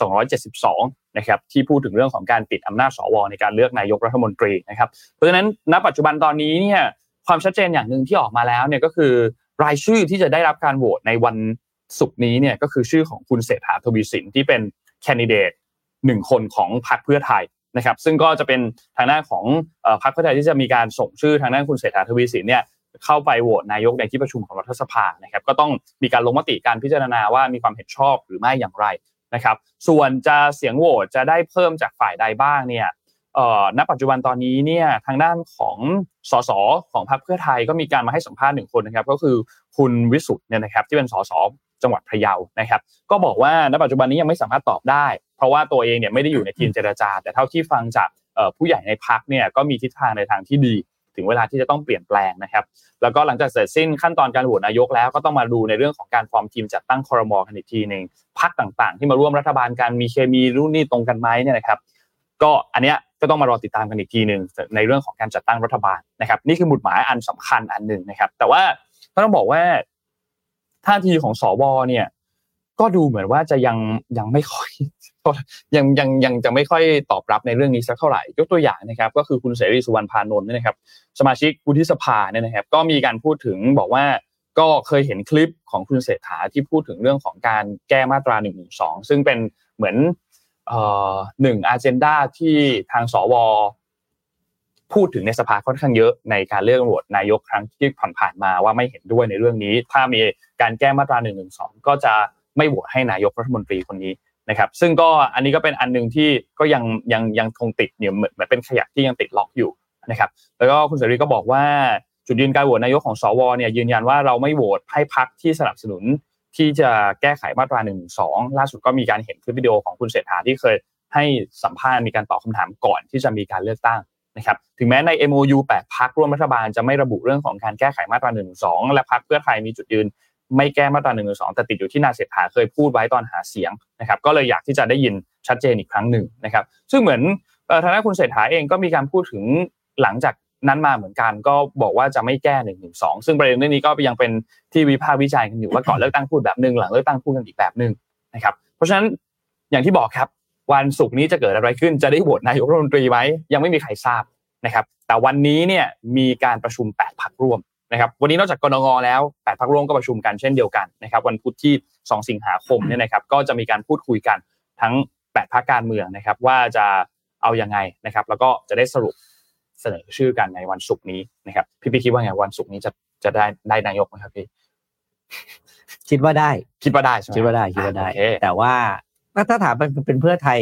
272นะครับที่พูดถึงเรื่องของการปิดอำนาจสวในการเลือกนายกรัฐมนตรีนะครับเพราะฉะนั้นณปัจจุบันตอนนี้เนี่ยความชัดเจนอย่างนึงที่ออกมาแล้วเนี่ยก็คือรายชื่อที่จะได้รับการโหวตในวันศุกร์นี้เนี่ยก็คือชื่อของคุณเศรษฐาทวีสินที่เป็นแคนดิเดต1คนของพรรคเพื่อไทยนะครับซึ่งก็จะเป็นทางด้านของพรรคเพื่อไทยที่จะมีการส่งชื่อทางด้านคุณเศรษฐาทวีสินเนี่ยเข้าไปโหวตนายกในที่ประชุมของรัฐสภานะครับก็ต้องมีการลงมติการพิจารณาว่ามีความเห็นชอบหรือไม่อย่างไรนะครับส่วนจะเสียงโหวตจะได้เพิ่มจากฝ่ายใดบ้างเนี่ยณปัจจุบันตอนนี้เนี่ยทางด้านของสสของพรรคเพื่อไทยก็มีการมาให้สัมภาษณ์1คนนะครับก็คือคุณวิสุทธิ์เนี่ยนะครับที่เป็นสสจังหวัดพะเยานะครับก็บอกว่าณปัจจุบันนี้ยังไม่สามารถตอบได้เพราะว่าตัวเองเนี่ยไม่ได้อยู่ในทีมเจรจาแต่เท่าที่ฟังจากผู้ใหญ่ในพรรคเนี่ยก็มีทิศทางในทางที่ดีถึงเวลาที่จะต้องเปลี่ยนแปลงนะครับแล้วก็หลังจากเสร็จสิ้นขั้นตอนการโหวตนายกแล้วก็ต้องมาดูในเรื่องของการฟอร์มทีมจัดตั้งครม.กันอีกทีนึงพรรคต่างๆที่มาร่วมรัฐบาลกันมีเคมีรุ่นนี้ตรงกันไหมเนี่ยนะครับก็อันเนี้ยก็ต้องมารอติดตามกันอีกทีนึงในเรื่องของการจัดตั้งรัฐบาลนะครับนี่คือหมุดหมายอันสำคัญอันนึงนะครับแต่ว่าต้องบอกว่าท่าทีของสวเนี่ยก็ดูเหมือนว่าจะยังไม่ค่อยยังจะไม่ค่อยตอบรับในเรื่องนี้สักเท่าไหร่ยกตัวอย่างนะครับก็คือคุณเสรีสุวรรณพานนท์เนี่ยนะครับสมาชิกวุฒิสภาเนี่ยนะครับก็มีการพูดถึงบอกว่าก็เคยเห็นคลิปของคุณเศรษฐาที่พูดถึงเรื่องของการแก้มาตรา112ซึ่งเป็นเหมือน1 agenda ที่ทางสวพูดถึงในสภาค่อนข้างเยอะในการเลือกโหวตนายกครั้งที่ผ่านมาว่าไม่เห็นด้วยในเรื่องนี้ถ้ามีการแก้มาตรา112ก็จะไม่โหวตให้นายกรัฐมนตรีคนนี้นะครับซึ่งก็อันนี้ก็เป็นอันนึงที่ก็ยังคงติดอยู่เหมือนเป็นขยะที่ยังติดล็อกอยู่นะครับแล้วก็คุณเสรีก็บอกว่าจุดยืนการโหวตนายกของสวเนี่ยยืนยันว่าเราไม่โหวตให้พรรคที่สนับสนุนที่จะแก้ไขมาตรา112ล่าสุดก็มีการเห็นคลิปวิดีโอของคุณเศรษฐาที่เคยให้สัมภาษณ์มีการตอบคำถามก่อนที่จะมีการเลือกตั้งนะครับถึงแม้ใน MOU 8 พรรคร่วมรัฐบาลจะไม่ระบุเรื่องของการแก้ไขมาตรา112และพรรคเพื่อไทยมีจุดยืนไม่แก้มาตรา112แต่ติดอยู่ที่นายเศรษฐาเคยพูดไว้ตอนหาเสียงนะครับก็เลยอยากที่จะได้ยินชัดเจนอีกครั้งหนึ่งนะครับซึ่งเหมือนทางด้านคุณเศรษฐาเองก็มีการพูดถึงหลังจากนั้นมาเหมือนกันก็บอกว่าจะไม่แก้112ซึ่งประเด็นเรื่องนี้ก็ยังเป็นที่วิพากษ์วิจารณ์กันอยู่ว่าก่อนเลือกตั้งพูดแบบนึงหลังเลือกตั้งพูดกันอีกแบบนึงนะครับเพราะฉะนั้นอย่างที่บอกครับวันศุกร์นี้จะเกิดอะไรขึ้นจะได้โหวตนายกรัฐมนตรีไหมยังไม่มีใครทราบนะครับแต่วันนี้เนี่ยมีการประชุม8พรรคร่วมนะครับวันนี้นอกจากกนง.แล้ว8พรรคร่วมก็ประชุมกันเช่นเดียวกันนะครับวันพุธที่2สิงหาคมเนี่ยนะครับก็จะมีการพูดคุยกันทั้ง8พรรคการเมืองนะครับว่าจะเอายังไงนะครับแล้วก็จะได้สรุปเสนอชื่อกันในวันศุกร์นี้นะครับพี่คิดว่าไงวันศุกร์นี้จะได้นายกมั้ยครับพี่คิดว่าได้ใช่มั้ยคิดว่าได้แต่ว่าถ้าถามเป็นเพื่อไทย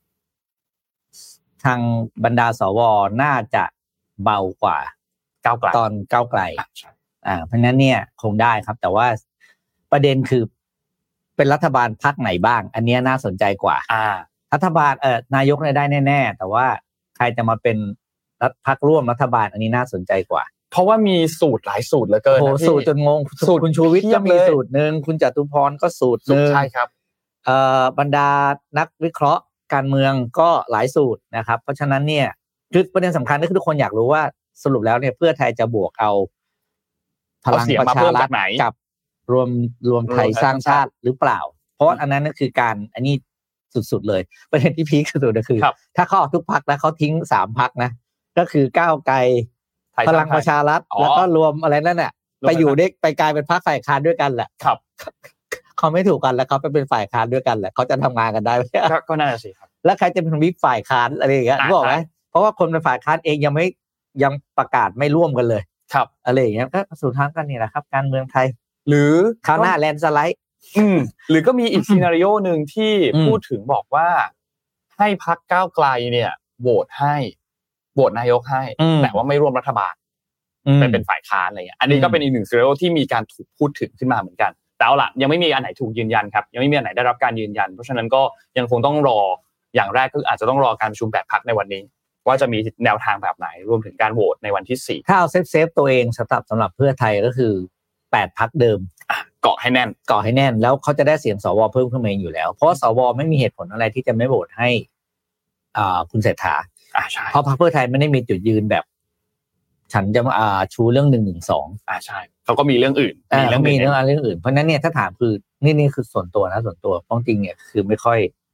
ทางบรรดาสวน่าจะเบากว่าก้าวไกลตอนก้าวไกลเพราะนั้นเนี่ยคงได้ครับแต่ว่าประเด็นคือเป็นรัฐบาลพรรคไหนบ้างอันนี้น่าสนใจกว่ารัฐบาลนายกเนี่ยได้แน่ๆแต่ว่าใครจะมาเป็นพรรคร่วมรัฐบาลอันนี้น่าสนใจกว่าเพราะว่ามีสูตรหลายสูตรเหลือเกินนะสูตรจนงงสูตรคุณชูวิทย์ก็มีสูตรนึงคุณจตุพรก็สูตรนึงใช่ครับบรรดานักวิเคราะห์การเมืองก็หลายสูตรนะครับเพราะฉะนั้นเนี่ยคือประเด็นสำคัญก็คือทุกคนอยากรู้ว่าสรุปแล้วเนี่ยเพื่อไทยจะบวกเอาพลังประชารัฐกับรวมไทยสร้างชาติหรือเปล่าเพราะอันนั้นก็คือการอันนี้สุดๆเลยประเด็นที่พีคสุดๆก็คือถ้าเขาเอาทุกพรรคแล้วเขาทิ้ง3พรรคนะก็คือก้าวไกลพลังประชารัฐแล้วก็รวมอะไรนั่นน่ะไปอยู่ได้ไปกลายเป็นพรรคฝ่ายค้านด้วยกันแหละครับเขาไม่ถูกกันแล้วเขาไปเป็นฝ่ายค้านด้วยกันแหละเขาจะทำงานกันได้ไหมก็น่าจะสิครับแล้วใครจะเป็นวิปฝ่ายค้านอะไรอย่างเงี้ยบอกไหมเพราะว่าคนเป็นฝ่ายค้านเองยังประกาศไม่ร่วมกันเลยครับอะไรอย่างเงี้ยก็สู่ทางกันนี่แหละครับการเมืองไทยหรือคราวหน้าแลนด์สไลด์หรือก็มีอีกซีนาริโอนึงที่พูดถึงบอกว่าให้พรรคก้าวไกลเนี่ยโหวตนายกให้แต่ว่าไม่ร่วมรัฐบาลเป็นฝ่ายค้านอะไรอย่างเงี้ยอันนี้ก็เป็นอีกหนึ่งซีนาริโอที่มีการถูกพูดถึงขึ้นมาเหมือนกันแต่เอาล่ะยังไม่มีอันไหนถูกยืนยันครับยังไม่มีอันไหนได้รับการยืนยันเพราะฉะนั้นก็ยังคงต้องรออย่างแรกคืออาจจะต้องรอการประชุม8พรรคในวันนี้ว่าจะมีแนวทางแบบไหนรวมถึงการโหวตในวันที่4 ถ้าเอาเซฟตัวเองสำหรับเพื่อไทยก็คือ8พรรคเดิมเกาะให้แน่นแล้วเขาจะได้เสียงสวเพิ่มขึ้นมาอยู่แล้วเพราะสวไม่มีเหตุผลอะไรที่จะไม่โหวตให้คุณเศรษฐาใช่เพราะพรรคเพื่อไทยไม่ได้มีจุดยืนแบบฉันจะชูเรื่อง112 ใช่เขาก็มีเรื่องอื่นมีเรื่องอื่นเพราะนั้นเนี่ยถ้าถามคือนี่คือส่วนตัวนะส่วนตัวจริงเนี่ยคือไม่ค่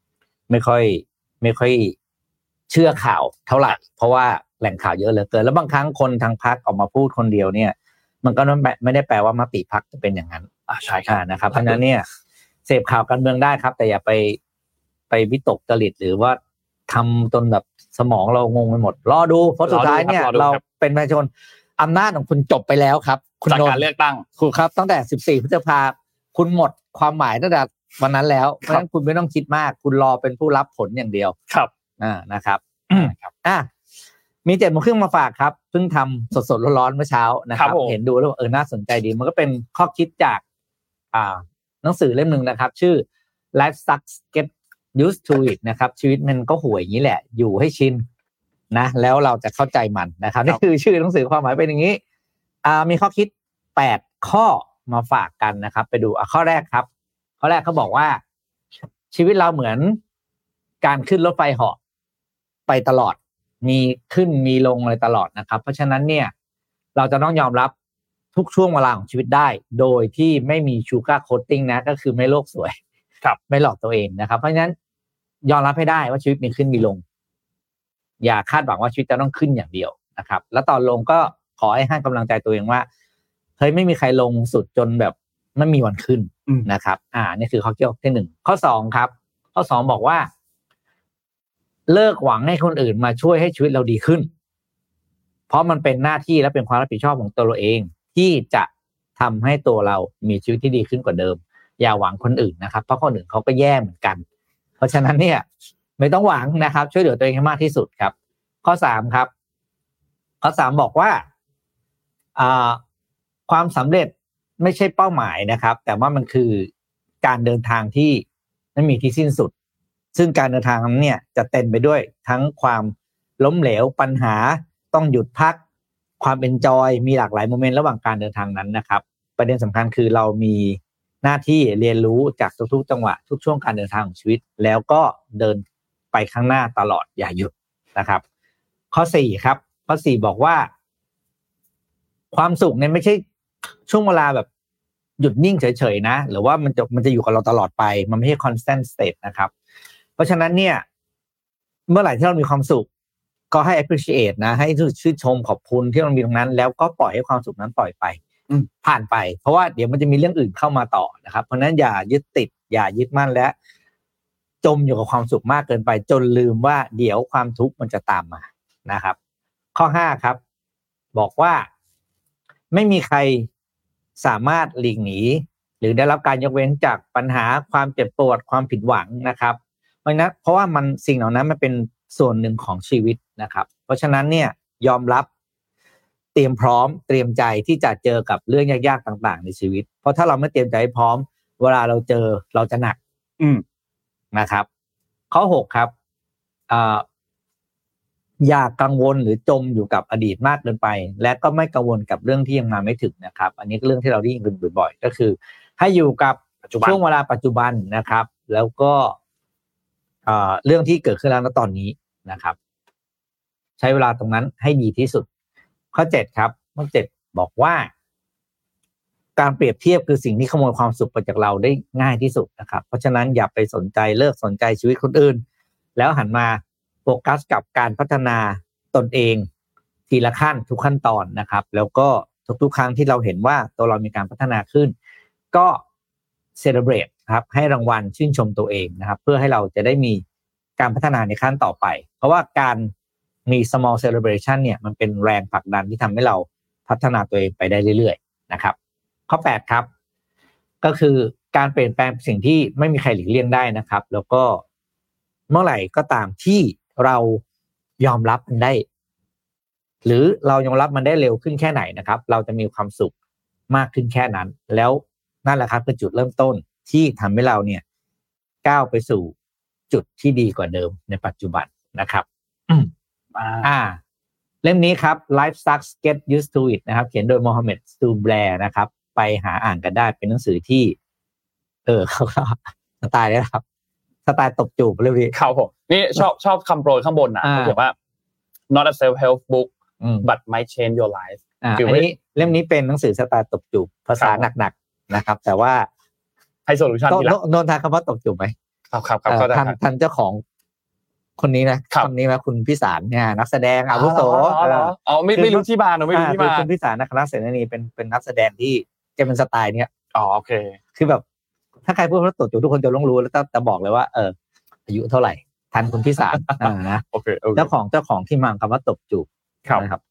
อยเชื่อข่าวเท่าไหร่เพราะว่าแหล่งข่าวเยอะเหลือเกินแล้วบางครั้งคนทางพรรคออกมาพูดคนเดียวเนี่ยมันก็ไม่ได้แปลว่ามติพรรคจะเป็นอย่างนั้นใช่ครับนะครับเพราะนั้นเนี่ยเสพข่าวการเมืองได้ครับแต่อย่าไปวิตกจริตหรือว่าทำจนแบบสมองเรางงไปหมดรอดูเพราะสุดท้ายเนี่ยเราเป็นประชาชนอำนาจของคุณจบไปแล้วครับคุณจากการเลือกตั้งคุณครับตั้งแต่14พฤษภาคมคุณหมดความหมายตั้งแต่วันนั้นแล้วเพราะฉะนั้นคุณไม่ต้องคิดมากคุณรอเป็นผู้รับผลอย่างเดียวครับนะครับมี7 โมงครึ่งมาฝากครับเพิ่งทำสดๆร้อนๆเมื่อเช้านะครับเห็นดูแล้วน่าสนใจดีมันก็เป็นข้อคิดจากหนังสือเล่มนึงนะครับชื่อ Life Sucks Get Used to It นะครับชีวิตมันก็ห่วยอย่างนี้แหละอยู่ให้ชินนะแล้วเราจะเข้าใจมันนะครับนี่คือชื่อหนังสือความหมายเป็นอย่างนี้มีข้อคิด8ข้อมาฝากกันนะครับไปดูข้อแรกครับข้อแรกเขาบอกว่าชีวิตเราเหมือนการขึ้นรถไฟเหาะไปตลอดมีขึ้นมีลงอะไรตลอดนะครับเพราะฉะนั้นเนี่ยเราจะต้องยอมรับทุกช่วงเวลาของชีวิตได้โดยที่ไม่มีชูการ์โคตติ้งนะก็คือไม่โลกสวยไม่หลอกตัวเองนะครับเพราะฉะนั้นยอมรับให้ได้ว่าชีวิตมีขึ้นมีลงอย่าคาดหวังว่าชีวิตจะต้องขึ้นอย่างเดียวนะครับแล้วตอนลงก็ขอให้กำลังใจตัวเองว่าเฮ้ยไม่มีใครลงสุดจนแบบไม่มีวันขึ้นนะครับนี่คือข้อที่1ข้อ2ครับข้อ2บอกว่าเลิกหวังให้คนอื่นมาช่วยให้ชีวิตเราดีขึ้นเพราะมันเป็นหน้าที่และเป็นความรับผิดชอบของตัวเราเองที่จะทำให้ตัวเรามีชีวิตที่ดีขึ้นกว่าเดิมอย่าหวังคนอื่นนะครับเพราะคนอื่นเขาก็แย่เหมือนกันเพราะฉะนั้นเนี่ยไม่ต้องหวังนะครับช่วยเหลือตัวเองให้มากที่สุดครับข้อ3ครับข้อ3บอกว่าความสำเร็จไม่ใช่เป้าหมายนะครับแต่ว่ามันคือการเดินทางที่ไม่มีที่สิ้นสุดซึ่งการเดินทางนั้นเนี่ยจะเต็มไปด้วยทั้งความล้มเหลวปัญหาต้องหยุดพักความเอนจอยมีหลากหลายโมเมนต์ระหว่างการเดินทางนั้นนะครับประเด็นสำคัญคือเรามีหน้าที่เรียนรู้จากทุกๆจังหวะทุกช่วงการเดินทางของชีวิตแล้วก็เดินไปข้างหน้าตลอดอย่าหยุดนะครับข้อ4ครับข้อ4บอกว่าความสุขเนี่ยไม่ใช่ช่วงเวลาแบบหยุดนิ่งเฉยๆนะหรือว่ามันจะอยู่กับเราตลอดไปมันไม่ใช่ constant state นะครับเพราะฉะนั้นเนี่ยเมื่อไหร่ที่เรามีความสุขก็ให้ appreciate นะให้ชื่นชมขอบคุณที่เรามีตรงนั้นแล้วก็ปล่อยให้ความสุขนั้นปล่อยไปผ่านไปเพราะว่าเดี๋ยวมันจะมีเรื่องอื่นเข้ามาต่อนะครับเพราะนั้นอย่ายึดติดอย่ายึดมั่นและจมอยู่กับความสุขมากเกินไปจนลืมว่าเดี๋ยวความทุกข์มันจะตามมานะครับข้อ5ครับบอกว่าไม่มีใครสามารถหลีกหนีหรือได้รับการยกเว้นจากปัญหาความเจ็บปวดความผิดหวังนะครับเพราะว่ามันสิ่งเหล่านั้นมันเป็นส่วนหนึ่งของชีวิตนะครับเพราะฉะนั้นเนี่ยยอมรับเตรียมพร้อมเตรียมใจที่จะเจอกับเรื่องยากๆต่างๆในชีวิตเพราะถ้าเราไม่เตรียมใจพร้อมเวลาเราเจอเราจะหนักนะครับข้อ6ครับอย่ากังวลหรือจมอยู่กับอดีตมากเกินไปและก็ไม่กังวลกับเรื่องที่ยังมาไม่ถึงนะครับอันนี้ก็เรื่องที่เราได้ยินบ่อยๆก็คือให้อยู่กับช่วงเวลาปัจจุบันนะครับแล้วก็เรื่องที่เกิดขึ้นแล้วณตอนนี้นะครับใช้เวลาตรงนั้นให้ดีที่สุดข้อ7ครับข้อ7บอกว่าการเปรียบเทียบคือสิ่งที่ขโมยความสุขไปจากเราได้ง่ายที่สุดนะครับเพราะฉะนั้นอย่าไปสนใจเลิกสนใจชีวิตคนอื่นแล้วหันมาโฟกัสกับการพัฒนาตนเองทีละขั้นทุกขั้นตอนนะครับแล้วก็ทุกๆครั้งที่เราเห็นว่าตัวเรามีการพัฒนาขึ้นก็เซเลบรตครับให้รางวัลชื่นชมตัวเองนะครับเพื่อให้เราจะได้มีการพัฒนาในขั้นต่อไปเพราะว่าการมี small celebration เนี่ยมันเป็นแรงผลักดันที่ทำให้เราพัฒนาตัวเองไปได้เรื่อยๆนะครับข้อ8ครับก็คือการเปลี่ยนแปลงสิ่งที่ไม่มีใครหลีกเลี่ยงได้นะครับแล้วก็เมื่อไหร่ก็ตามที่เรายอมรับมันได้หรือเรายอมรับมันได้เร็วขึ้นแค่ไหนนะครับเราจะมีความสุขมากขึ้นแค่นั้นแล้วนั่นแหละครับคือจุดเริ่มต้นที่ทำให้เราเนี่ยก้าวไปสู่จุดที่ดีกว่าเดิมในปัจจุบันนะครับเล่มนี้ครับ Life Sucks Get Used to It นะครับเขียนโดยโมฮัมเหม็ด สตูแบร์นะครับไปหาอ่านกันได้เป็นหนังสือที่เขาสไตล์นี้ครับสไตล์ตบจูบเลยพี่ครับผมนี่ชอบคำโปรยข้างบนนะเขาบอกว่า not a self-help book but might change your life อันนี้เล่มนี้เป็นหนังสือสไตล์ตบจูบภาษาหนักๆนะครับแต่ว่าให้โซลูชันทีหลังโดนทางคำว่าตบจูบไหมครับท่านเจ้าของคนนี้นะคำนี้นะคุณพิสารเนี่ยนักแสดงอาวุโสไม่รู้ที่มาไม่รู้ที่มาคุณพิสารนักเสนานีเป็นนักแสดงที่จะเป็นสไตล์เนี้ยโอเคคือแบบถ้าใครพูดว่าตบจูบทุกคนจะต้องรู้แล้วจะบอกเลยว่าอายุเท่าไหร่ทันคุณพิสารนะโอเคเจ้าของที่มาคำว่าตบจูบนะครับ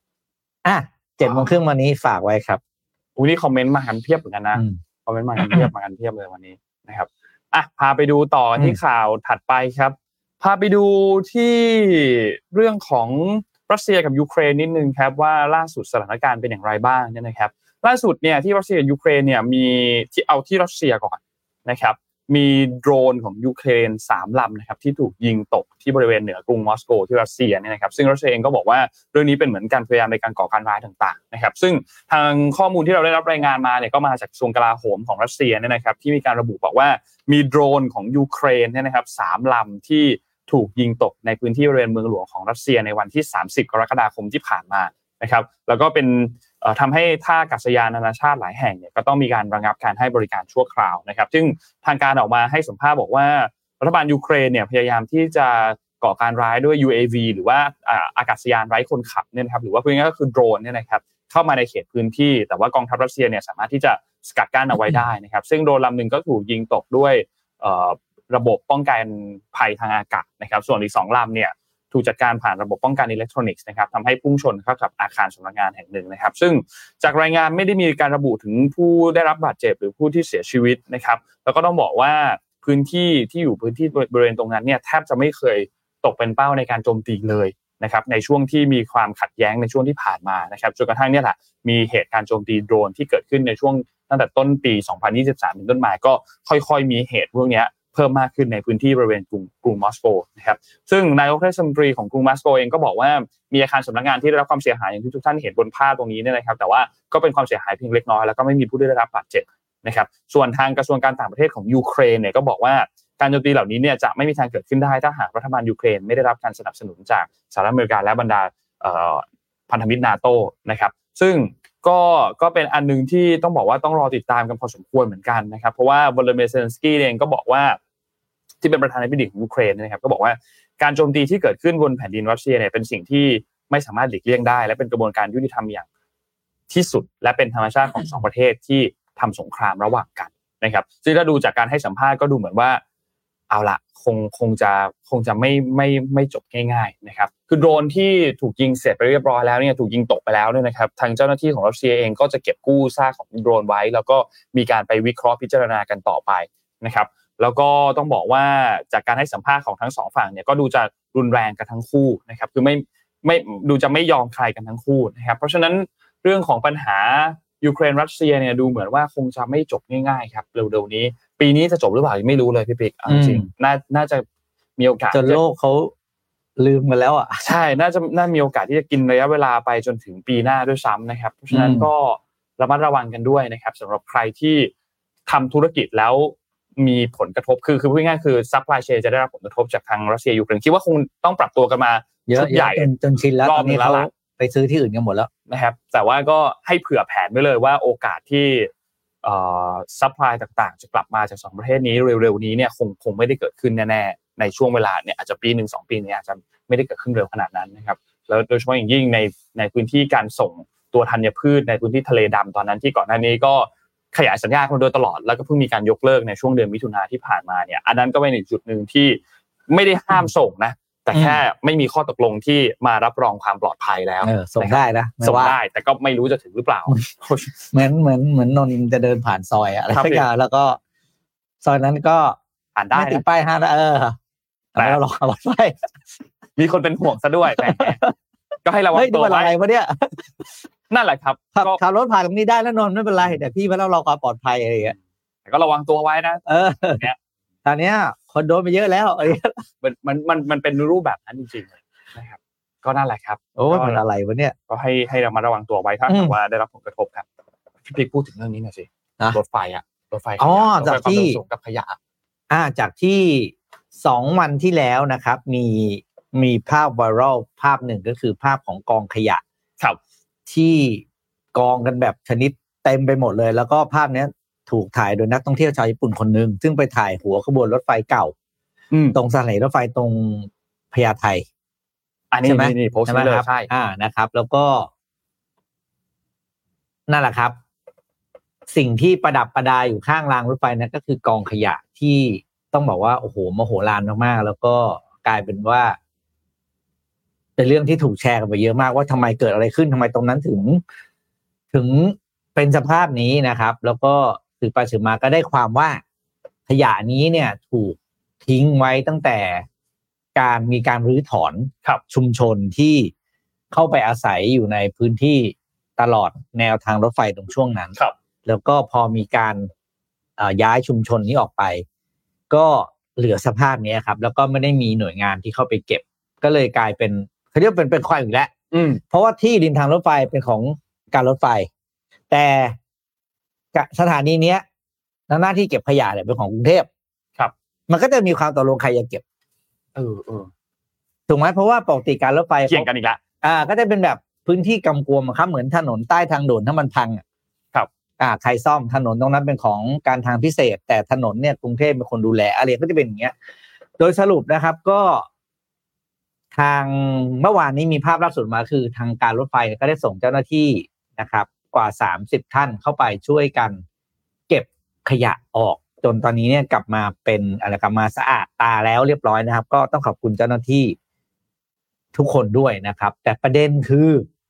7:30 วันนี้ฝากไว้ครับนี่คอมเมนต์มากันเพียบเหมือนกันนะคอมเมนต์มากันเพียบเลยวันนี้นะครับพาไปดูต่อที่ข่าวถัดไปครับพาไปดูที่เรื่องของรัสเซียกับยูเครนนิดนึงครับว่าล่าสุดสถานการณ์เป็นอย่างไรบ้างเนี่ยนะครับล่าสุดเนี่ยที่รัสเซียกับยูเครนเนี่ยมีที่เอาที่รัสเซียก่อนนะครับมีโดรนของยูเครน3 ลำนะครับที่ถูกยิงตกที่บริเวณเหนือกรุงมอสโกที่รัสเซียเนี่ยนะครับซึ่งรัสเซียเองก็บอกว่าเรื่องนี้เป็นเหมือนการพยายามในการก่อการร้ายต่างๆนะครับซึ่งทางข้อมูลที่เราได้รับรายงานมาเนี่ยก็มาจากกระทรวงกลาโหมของรัสเซียเนี่ยนะครับที่มีการระบุบอกว่ามีโดรนของยูเครนเนี่ยนะครับ3 ลำที่ถูกยิงตกในพื้นที่บริเวณเมืองหลวงของรัสเซียในวันที่30 กรกฎาคมที่ผ่านมานะครับแล้วก็เป็นทำให้ท่าอากาศยานนานาชาติหลายแห่งเนี่ยก็ต้องมีการระงับการให้บริการชั่วคราวนะครับซึ่งทางการออกมาให้สัมภาษณ์บอกว่ารัฐบาลยูเครนเนี่ยพยายามที่จะก่อการร้ายด้วย UAV หรือว่าอากาศยานไร้คนขับเนี่ยนะครับหรือว่าพูดง่ายๆก็คือโดรนเนี่ยนะครับเข้ามาในเขตพื้นที่แต่ว่ากองทัพรัสเซียเนี่ยสามารถที่จะสกัดกั้นเอาไว้ได้นะครับซึ่งโดรนลำนึงก็ถูกยิงตกด้วยระบบป้องกันภัยทางอากาศนะครับส่วนอีก2 ลำเนี่ยถูกจัดการผ่านระบบป้องกันอิเล็กทรอนิกส์นะครับทำให้พุ่งชนเข้ากับอาคารสำนักงานแห่งหนึ่งนะครับซึ่งจากรายงานไม่ได้มีการระบุถึงผู้ได้รับบาดเจ็บหรือผู้ที่เสียชีวิตนะครับแล้วก็ต้องบอกว่าพื้นที่ที่อยู่พื้นที่บริเวณตรงนั้นเนี่ยแทบจะไม่เคยตกเป็นเป้าในการโจมตีเลยนะครับในช่วงที่มีความขัดแย้งในช่วงที่ผ่านมานะครับจนกระทั่งเนี่ยแหละมีเหตุการณ์โจมตีโดรนที่เกิดขึ้นในช่วงตั้งแต่ต้นปี2023เป็นต้นมาก็ค่อยๆมีเหตุพวกนี้เพิ่มมากขึ้นในพื้นที่บริเวณกรุงมอสโกนะครับซึ่งนายกเทศมนตรีของกรุงมอสโกเองก็บอกว่ามีอาคารสำนักงานที่ได้รับความเสียหายอย่างที่ทุกท่านเห็นบนภาพตรงนี้เนี่ยนะครับแต่ว่าก็เป็นความเสียหายเพียงเล็กน้อยแล้วก็ไม่มีผู้ได้รับบาดเจ็บนะครับส่วนทางกระทรวงการต่างประเทศของยูเครนเนี่ยก็บอกว่าการโจมตีเหล่านี้เนี่ยจะไม่มีทางเกิดขึ้นได้ถ้าหากรัฐบาลยูเครนไม่ได้รับการสนับสนุนจากสหรัฐอเมริกาและบรรดาพันธมิตร NATO นะครับซึ่งก็เป็นอันนึงที่ต้องบอกว่าต้องรอติดตามกันพอสมควรเหมือนกันนะครับเพราะว่าวลาดิเมียร์ เซเลนสกี้เองก็บอกว่าที่เป็นประธานาธิบดีของยูเครนนะครับก็บอกว่าการโจมตีที่เกิดขึ้นบนแผ่นดินรัสเซียเนี่ยเป็นสิ่งที่ไม่สามารถหลีกเลี่ยงได้และเป็นกระบวนการยุติธรรมอย่างที่สุดและเป็นธรรมชาติของ2 ประเทศที่ทำสงครามระหว่างกันนะครับซึ่งถ้าดูจากการให้สัมภาษณ์ก็ดูเหมือนว่าเอาละคงจะไม่จบง่ายๆนะครับคือโดรนที่ถูกยิงเสร็จไปเรียบร้อยแล้วเนี่ยถูกยิงตกไปแล้วเนี่ยนะครับทางเจ้าหน้าที่ของรัสเซียเองก็จะเก็บกู้ซากของโดรนไว้แล้วก็มีการไปวิเคราะห์พิจารณากันต่อไปนะครับแล้วก็ต้องบอกว่าจากการให้สัมภาษณ์ของทั้ง2 ฝั่งเนี่ยก็ดูจะรุนแรงกันทั้งคู่นะครับคือไม่ดูจะไม่ยอมใครกันทั้งคู่นะครับเพราะฉะนั้นเรื่องของปัญหายูเครนรัสเซียเนี่ยดูเหมือนว่าคงจะไม่จบง่ายๆครับเร็วๆนี้ปีนี้จะจบหรือเปล่าไม่รู้เลยพี่ปิ๊กจริงน่าจะมีโอกาสจนโลกเขาลืมกันแล้วอ่ะใช่น่ามีโอกาสที่จะกินระยะเวลาไปจนถึงปีหน้าด้วยซ้ำนะครับเพราะฉะนั้นก็ระมัดระวังกันด้วยนะครับสำหรับใครที่ทำธุรกิจแล้วมีผลกระทบคือพูดง่ายๆคือซัพพลายเชนจะได้รับผลกระทบจากทางรัสเซียยูเครนคิดว่าคงต้องปรับตัวกันมาชุดใหญ่จนชินแล้วตอนนี้เขาไปซื้อที่อื่นกันหมดแล้วนะครับแต่ว่าก็ให้เผื่อแผนไว้เลยว่าโอกาสที่ซัพพลายต่างๆจะกลับมาจาก2ประเทศนี้เร็วๆนี้เนี่ยคงไม่ได้เกิดขึ้นแน่ๆในช่วงเวลาเนี่ยอาจจะปี1 2ปีนี้อาจจะไม่ได้เกิดขึ้นเร็วขนาดนั้นนะครับแล้วโดยเฉพาะอย่างยิ่งในพื้นที่การส่งตัวธัญพืชในพื้นที่ทะเลดำตอนนั้นที่ก่อนหน้านี้ก็ขยายสัญญามาโดยตลอดแล้วก็เพิ่งมีการยกเลิกในช่วงเดือนมิถุนายนที่ผ่านมาเนี่ยอันนั้นก็เป็นอีกจุดนึงที่ไม่ได้ห้ามส่งนะแต่แค่ไม่มีข้อตกลงที่มารับรองความปลอดภัยแล้วส่งได้นะส่งได้แต่ก็ไม่รู้จะถึงหรือเปล่าเหมือนนนท์จะเดินผ่านซอยอะไรสักอย่างแล้วก็ซอยนั้นก็ผ่านได้ไม่ติดป้ายห้ามแต่เรารอรถไฟมีคนเป็นห่วงซะด้วยแต่ก็ให้ระวังตัวไว้อะไรวะเนี่ยนั่นแหละครับขับรถผ่านตรงนี้ได้แล้วนนท์ไม่เป็นไรแต่พี่มาแล้วรอความปลอดภัยอะไรอย่างเงี้ยแต่ก็ระวังตัวไว้นะเนี่ยตอนเนี้ยคนโดนไปเยอะแล้วมันเป็นรูปแบบนั้นจริงๆนะครับก็นั่นแหละครับโอ้มันอะไรวะเนี่ยก็ให้เรามาระวังตัวไว้ถ้าว่าได้รับผลกระทบครับพี่ปิ๊กพูดถึงเรื่องนี้หน่อยสิรถไฟจากที่ส่งกับขยะจากที่2วันที่แล้วนะครับมีภาพไวรัลภาพหนึ่งก็คือภาพของกองขยะครับที่กองกันแบบชนิดเต็มไปหมดเลยแล้วก็ภาพนี้ถูกถ่ายโดยนักท่องเที่ยวชาวญี่ปุ่นคนนึงซึ่งไปถ่ายหัวขบวนรถไฟเก่าตรงสถานีรถไฟตรงพญาไทอันนี้นี่โพสต์เลยใช่นะครับแล้วก็นั่นแหละครับสิ่งที่ประดับประดาอยู่ข้างรางรถไฟนั้นก็คือกองขยะที่ต้องบอกว่าโอ้โหมโหฬารมากๆแล้วก็กลายเป็นว่าเป็นเรื่องที่ถูกแชร์กันไปเยอะมากว่าทำไมเกิดอะไรขึ้นทำไมตรงนั้นถึงเป็นสภาพนี้นะครับแล้วก็สืบไปสืบมาก็ได้ความว่าขยะนี้เนี่ยถูกทิ้งไว้ตั้งแต่มีการรื้อถอนชุมชนที่เข้าไปอาศัยอยู่ในพื้นที่ตลอดแนวทางรถไฟตรงช่วงนั้นแล้วก็พอมีการย้ายชุมชนนี้ออกไปก็เหลือสภาพนี้ครับแล้วก็ไม่ได้มีหน่วยงานที่เข้าไปเก็บก็เลยกลายเป็นเขาเรียกเป็นควายอีกแล้วเพราะว่าที่ดินทางรถไฟเป็นของการรถไฟแต่สถานีเนี้ยหน้าที่เก็บขยะเนี่ยเป็นของกรุงเทพครับมันก็จะมีความตกลงใครจะเก็บถูกไหมเพราะว่าปกติการรถไฟเกี่ยงกันอีกแล้วก็จะเป็นแบบพื้นที่กำกวมครับเหมือนถนนใต้ทางด่วนถ้ามันพังครับใครซ่อมถนนตรงนั้นเป็นของการทางพิเศษแต่ถนนเนี่ยกรุงเทพเป็นคนดูแลอะไรก็จะเป็นอย่างเงี้ยโดยสรุปนะครับก็ทางเมื่อวานนี้มีภาพล่าสุดมาคือทางการรถไฟก็ได้ส่งเจ้าหน้าที่นะครับกว่า30ท่านเข้าไปช่วยกันเก็บขยะออกจนตอนนี้เนี่ยกลับมาเป็นอะไรกลับมาสะอาดตาแล้วเรียบร้อยนะครับก็ต้องขอบคุณเจ้าหน้าที่ทุกคนด้วยนะครับแต่ประเด็นคือ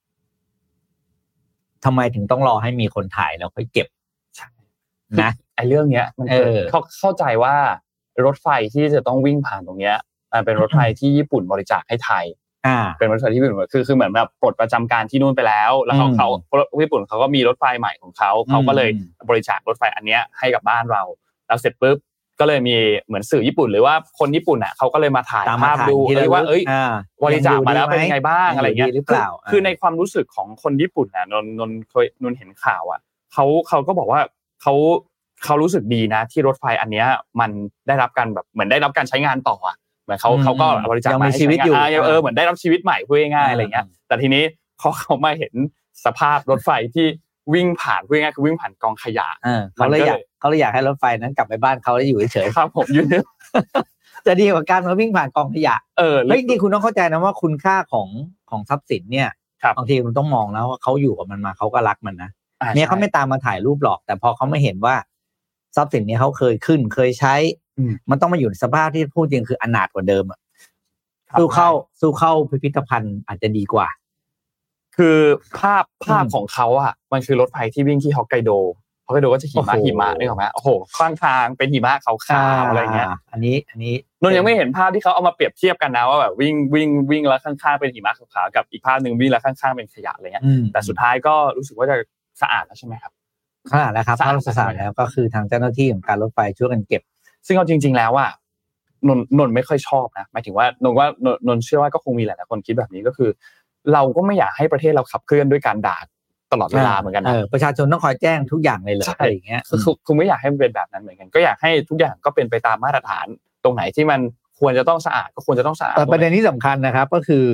ทำไมถึงต้องรอให้มีคนถ่ายแล้วค่อยเก็บนะไอ้เรื่องเนี้ยมันเข้าใจว่ารถไฟที่จะต้องวิ่งผ่านตรงเนี้ยเป็นรถไฟที่ญี่ปุ่นบริจาคให้ไทยเป็นรถไฟที่ญี่ปุ่นคือเหมือนแบบปลดประจำการที่นู่นไปแล้วเขาญี่ปุ่นเขาก็มีรถไฟใหม่ของเขาก็เลยบริจาครถไฟอันเนี้ยให้กับบ้านเราแล้วเสร็จปุ๊บก็เลยมีเหมือนสื่อญี่ปุ่นหรือว่าคนญี่ปุ่นเขาก็เลยมาถ่ายภาพดูว่าบริจาคมาแล้วเป็นยังไงบ้างอะไรเงี้ยหรือเปล่าคือในความรู้สึกของคนญี่ปุ่นนนเห็นข่าวเขาก็บอกว่าเขารู้สึกดีนะที่รถไฟอันเนี้ยมันได้รับการแบบเหมือนได้รับการใช้งานต่อเหมือนเขาก็บริจาคมาให้ชีวิตอยู่เหมือนได้รับชีวิตใหม่พูดง่ายๆอะไรเงี้ยแต่ทีนี้เขามาเห็นสภาพรถไฟที่วิ่งผ่านพูดง่ายๆคือวิ่งผ่านกองขยะเขาเลยอยากให้รถไฟนั้นกลับไปบ้านเขาแล้วอยู่เฉยๆครับผมยืนจะดีกว่าการมาวิ่งผ่านกองขยะจริงๆคุณต้องเข้าใจนะว่าคุณค่าของทรัพย์สินเนี่ยบางทีคุณต้องมองแล้วว่าเขาอยู่กับมันมาเขาก็รักมันนะเนี่ยเขาไม่ตามมาถ่ายรูปหรอกแต่พอเขาไม่เห็นว่าทรัพย์สินนี้เขาเคยขึ้นเคยใช้มันต้องมาอยู่ในสภาพที่พูดจริงคืออนาถกว่าเดิมสู้เข้าพิพิธภัณฑ์อาจจะดีกว่าคือภาพของเขามันคือรถไฟที่วิ่งที่ฮอกไกโดก็จะหิมะนึกออกไหมโอ้โหข้างทางเป็นหิมะขาวๆอะไรเงี้ยอันนี้นนยังไม่เห็นภาพที่เขาเอามาเปรียบเทียบกันนะว่าแบบวิ่งแล้วข้างๆเป็นหิมะขาวๆกับอีกภาพนึงวิ่งแล้วข้างๆเป็นขยะอะไรเงี้ยแต่สุดท้ายก็รู้สึกว่าจะสะอาดแล้วใช่ไหมครับสะอาดแล้วครับสะอาดแล้วก็คือทางเจ้าหน้าที่ของการรถไฟช่วยกันเก็บซึ่งเอาจริงๆแล้วนนไม่ค่อยชอบนะหมายถึงว่านนเชื่อว่าก็คงมีหลายๆคนคิดแบบนี้ก็คือเราก็ไม่อยากให้ประเทศเราขับเคลื่อนด้วยการด่าตลอดเวลาเหมือนกันนะประชาชนต้องคอยแจ้งทุกอย่างเลยอะไรอย่างเงี้ยคือไม่อยากให้มันเป็นแบบนั้นเหมือนกันก็อยากให้ทุกอย่างก็เป็นไปตามมาตรฐานตรงไหนที่มันควรจะต้องสะอาดก็ควรจะต้องสะอาดประเด็นนี้สำคัญนะครับก็คือ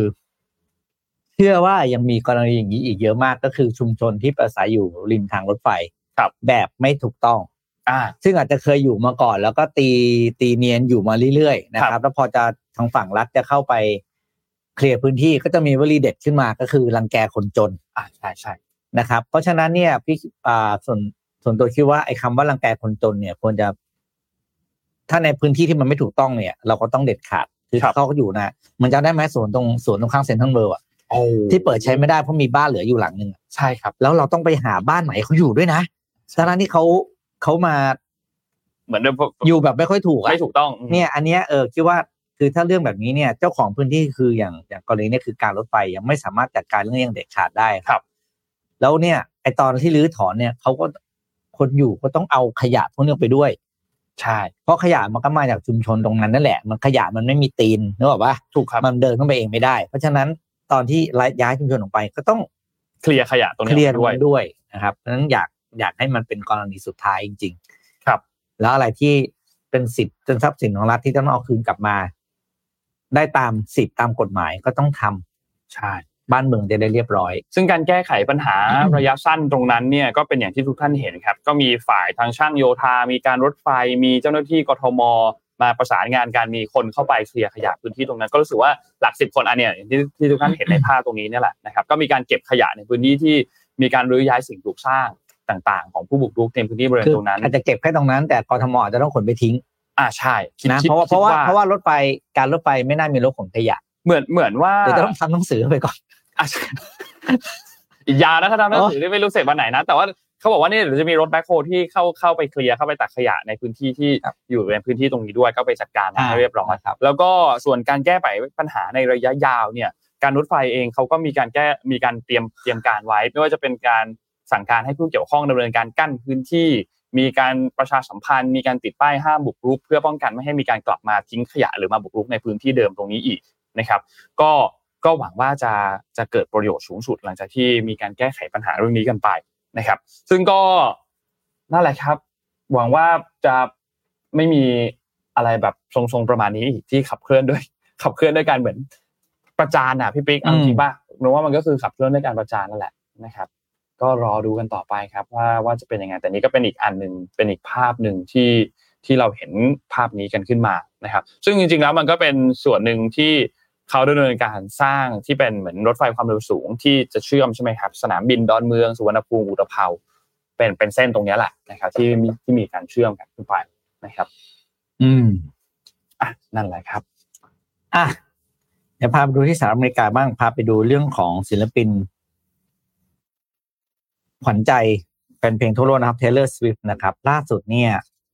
เชื่อว่ายังมีกรณีอย่างนี้อีกเยอะมากก็คือชุมชนที่อาศัยอยู่ริมทางรถไฟแบบไม่ถูกต้องซึ่งอาจจะเคยอยู่มาก่อนแล้วก็ตีเนียนอยู่มาเรื่อยๆนะครับแล้วพอจะทางฝั่งรัฐจะเข้าไปเคลียร์พื้นที่ก็จะมีวลีเด็ดขึ้นมาก็คือรังแกคนจนใช่นะครับเพราะฉะนั้นเนี่ยพี่ส่วนตัวคิดว่าไอ้คำว่ารังแกคนจนเนี่ยควรจะถ้าในพื้นที่ที่มันไม่ถูกต้องเนี่ยเราก็ต้องเด็ดขาดคือเขาก็อยู่นะมันจะได้ไหมสวนตรงข้างเซ็นทรัลเวิลด์อ่ะที่เปิดใช้ไม่ได้เพราะมีบ้านเหลืออยู่หลังนึงใช่ครับแล้วเราต้องไปหาบ้านใหม่เขาอยู่ด้วยนะฉะนั้นที่เขามาเหมือนอยู่แบบไม่ค่อยถูกไม่ถูกต้องเนี่ยอันเนี้ยคิดว่าคือถ้าเรื่องแบบนี้เนี่ยเจ้าของพื้นที่คืออย่างกรณีนี้คือการรถไฟยังไม่สามารถจัดการเรื่องอย่างเด็ดขาดได้ครับแล้วเนี่ยไอตอนที่รื้อถอนเนี่ยเขาก็คนอยู่ก็ต้องเอาขยะพวกนี้ไปด้วยใช่เพราะขยะมันก็มาจากชุมชนตรงนั้นนั่นแหละมันขยะมันไม่มีตีนนึกออกป่ะถูกครับมันเดินเข้าไปเองไม่ได้เพราะฉะนั้นตอนที่ย้ายชุมชนออกไปก็ต้องเคลียร์ขยะตรงนี้ด้วยนะครับเพราะฉะนั้นอยากให้มันเป็นกรณีสุดท้ายจริงๆครับแล้วอะไรที่เป็นสิทธิ์เป็นทรัพย์สินของรัฐที่ต้องเอาคืนกลับมาได้ตามสิทธิ์ตามกฎหมายก็ต้องทำใช่บ้านเมืองจะได้เรียบร้อยซึ่งการแก้ไขปัญหาระยะสั้นตรงนั้นเนี่ยก็เป็นอย่างที่ทุกท่านเห็นครับก็มีฝ่ายทางช่างโยธามีการรถไฟมีเจ้าหน้าที่กทมมาประสานงานการมีคนเข้าไปเคลียร์ขยะพื้นที่ตรงนั้นก็รู้สึกว่าหลัก10 คนอันเนี้ยที่ทุกท่านเห็นในภาพตรงนี้นี่แหละนะครับก็มีการเก็บขยะในพื้นที่ที่มีการรื้อย้ายสิ่งปลูกสร้างต่างๆของผู้บุกรุกในพื้นที่บริเวณตรงนั้นอาจจะเก็บแค่ตรงนั้นแต่กทมอาจจะต้องขนไปทิ้งใช่นะเพราะว่ารถไฟการรถไฟไม่น่ามีรถขนขยะเหมือนว่าจะต้องทำหนังสือไปก่อนอีกยาวนะถ้าทำหนังสือไม่รู้เสร็จวันไหนนะแต่ว่าเขาบอกว่านี่เดี๋ยวจะมีรถแบ็คโฮที่เข้าไปเคลียร์เข้าไปตักขยะในพื้นที่ที่อยู่ในพื้นที่ตรงนี้ด้วยก็ไปจัดการให้เรียบร้อยแล้วก็ส่วนการแก้ไขปัญหาในระยะยาวเนี่ยการรถไฟเองเขาก็มีการเตรียมการไว้ไม่ว่าจะเป็นการสั่งการให้ผู้เกี่ยวข้องดำเนินการกั้นพื้นที่มีการประชาสัมพันธ์มีการติดป้ายห้ามบุกรุกเพื่อป้องกันไม่ให้มีการกลับมาทิ้งขยะหรือมาบุกรุกในพื้นที่เดิมตรงนี้อีกนะครับก็หวังว่าจะเกิดประโยชน์สูงสุดหลังจากที่มีการแก้ไขปัญหาเรื่องนี้กันไปนะครับซึ่งก็นั่นแหละครับหวังว่าจะไม่มีอะไรแบบทรงๆประมาณนี้ที่ขับเคลื่อนด้วยการเหมือนประจานน่ะพี่ปิ๊กจริงป่ะนึกว่ามันก็คือขับเคลื่อนด้วยการประจานนั่นแหละนะครับก็รอดูกันต่อไปครับว่าจะเป็นยังไงแต่นี้ก็เป็นอีกอันนึงเป็นอีกภาพนึงที่เราเห็นภาพนี้กันขึ้นมานะครับซึ่งจริงๆแล้วมันก็เป็นส่วนนึงที่เขาดำเนินการสร้างที่เป็นเหมือนรถไฟความเร็วสูงที่จะเชื่อมใช่ไหมครับสนามบินดอนเมืองสุวรรณภูมิอุตภาวเป็นเส้นตรงนี้แหละนะครับที่มีการเชื่อมกันขึ้นไปนะครับนั่นแหละครับเดี๋ยวพาไปดูที่สหรัฐอเมริกาบ้างพาไปดูเรื่องของศิลปินขวัญใจแฟนเพลงทั่วโลกนะครับ Taylor Swift นะครับล่าสุดเนี่ย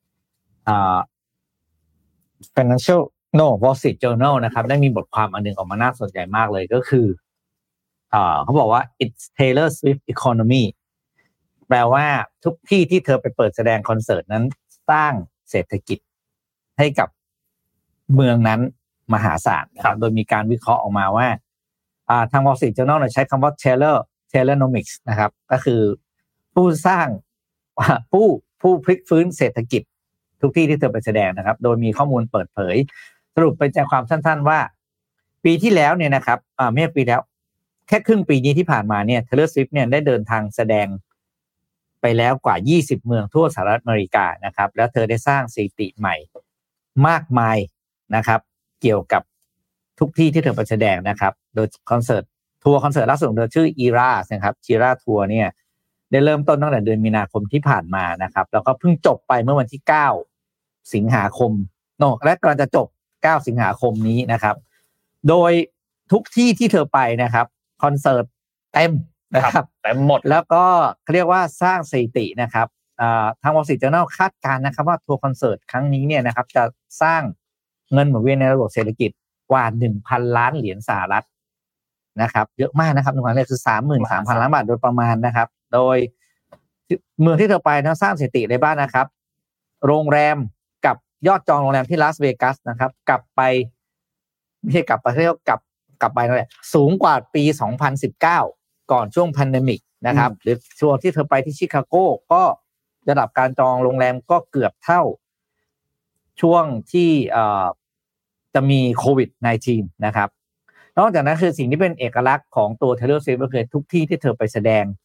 Wall Street Journal นะครับได้มีบทความอันนึงออกมาน่าสนใจมากเลยก็คือเขาบอกว่า It's Taylor Swift Economy แปลว่าทุกที่ที่เธอไปเปิดแสดงคอนเสิร์ตนั้นสร้างเศรษฐกิจให้กับเมืองนั้นมหาศาลนะครับโดยมีการวิเคราะห์ออกมาว่าทาง Wall Street Journal ใช้คำว่า Taylornomics นะครับก็คือผู้สร้างผู้พลิกฟื้นเศรษฐกิจทุกที่ที่เธอไปแสดงนะครับโดยมีข้อมูลเปิดเผยสรุปเป็นใจความสั้นๆว่าปีที่แล้วเนี่ยนะครับไม่ปีแล้วแค่ครึ่งปีนี้ที่ผ่านมาเนี่ย Taylor Swift เนี่ยได้เดินทางแสดงไปแล้วกว่า20เมืองทั่วสหรัฐอเมริกานะครับแล้วเธอได้สร้างสถิติใหม่มากมายนะครับเกี่ยวกับทุกที่ที่เธอไปแสดงนะครับโดยทัวร์คอนเสิร์ตล่าสุดของเธอชื่อ Eras นะครับ Eras ทัวร์เนี่ยได้เริ่มต้นตั้งแต่เดือนมีนาคมที่ผ่านมานะครับแล้วก็เพิ่งจบไปเมื่อวันที่9สิงหาคมและกำลังจะจบ9สิงหาคมนี้นะครับโดยทุกที่ที่เธอไปนะครับคอนเสิร์ตเต็มนะครับเต็มหมดแล้วก็เขาเรียกว่าสร้างสถิตินะครับทาง Wall Street Journal คาดการณ์นะครับว่าทัวร์คอนเสิร์ตครั้งนี้เนี่ยนะครับจะสร้างเงินหมุนเวียนในระบบเศรษฐกิจกว่า 1,000 ล้านเหรียญสหรัฐนะครับเยอะมากนะครับ1,000 ล้านคือ 33,000 ล้านบาทโดยประมาณนะครับโดยเมืองที่เธอไปนะสร้างสถิติในบ้านนะครับโรงแรมกับยอดจองโรงแรมที่ลาสเวกัสนะครับกลับไปไม่ใช่กลับไปเรียกกลับไปนั่นแหละสูงกว่าปี2019ก่อนช่วงแพนเดมิกนะครับหรือช่วงที่เธอไปที่ชิคาโกก็ระดับการจองโรงแรมก็เกือบเท่าช่วงที่จะมีโควิด -19 นะครับนอกจากนั้นคือสิ่งที่เป็นเอกลักษณ์ของตัว Taylor Swift ก็คือทุกที่ที่เธอไปแสดง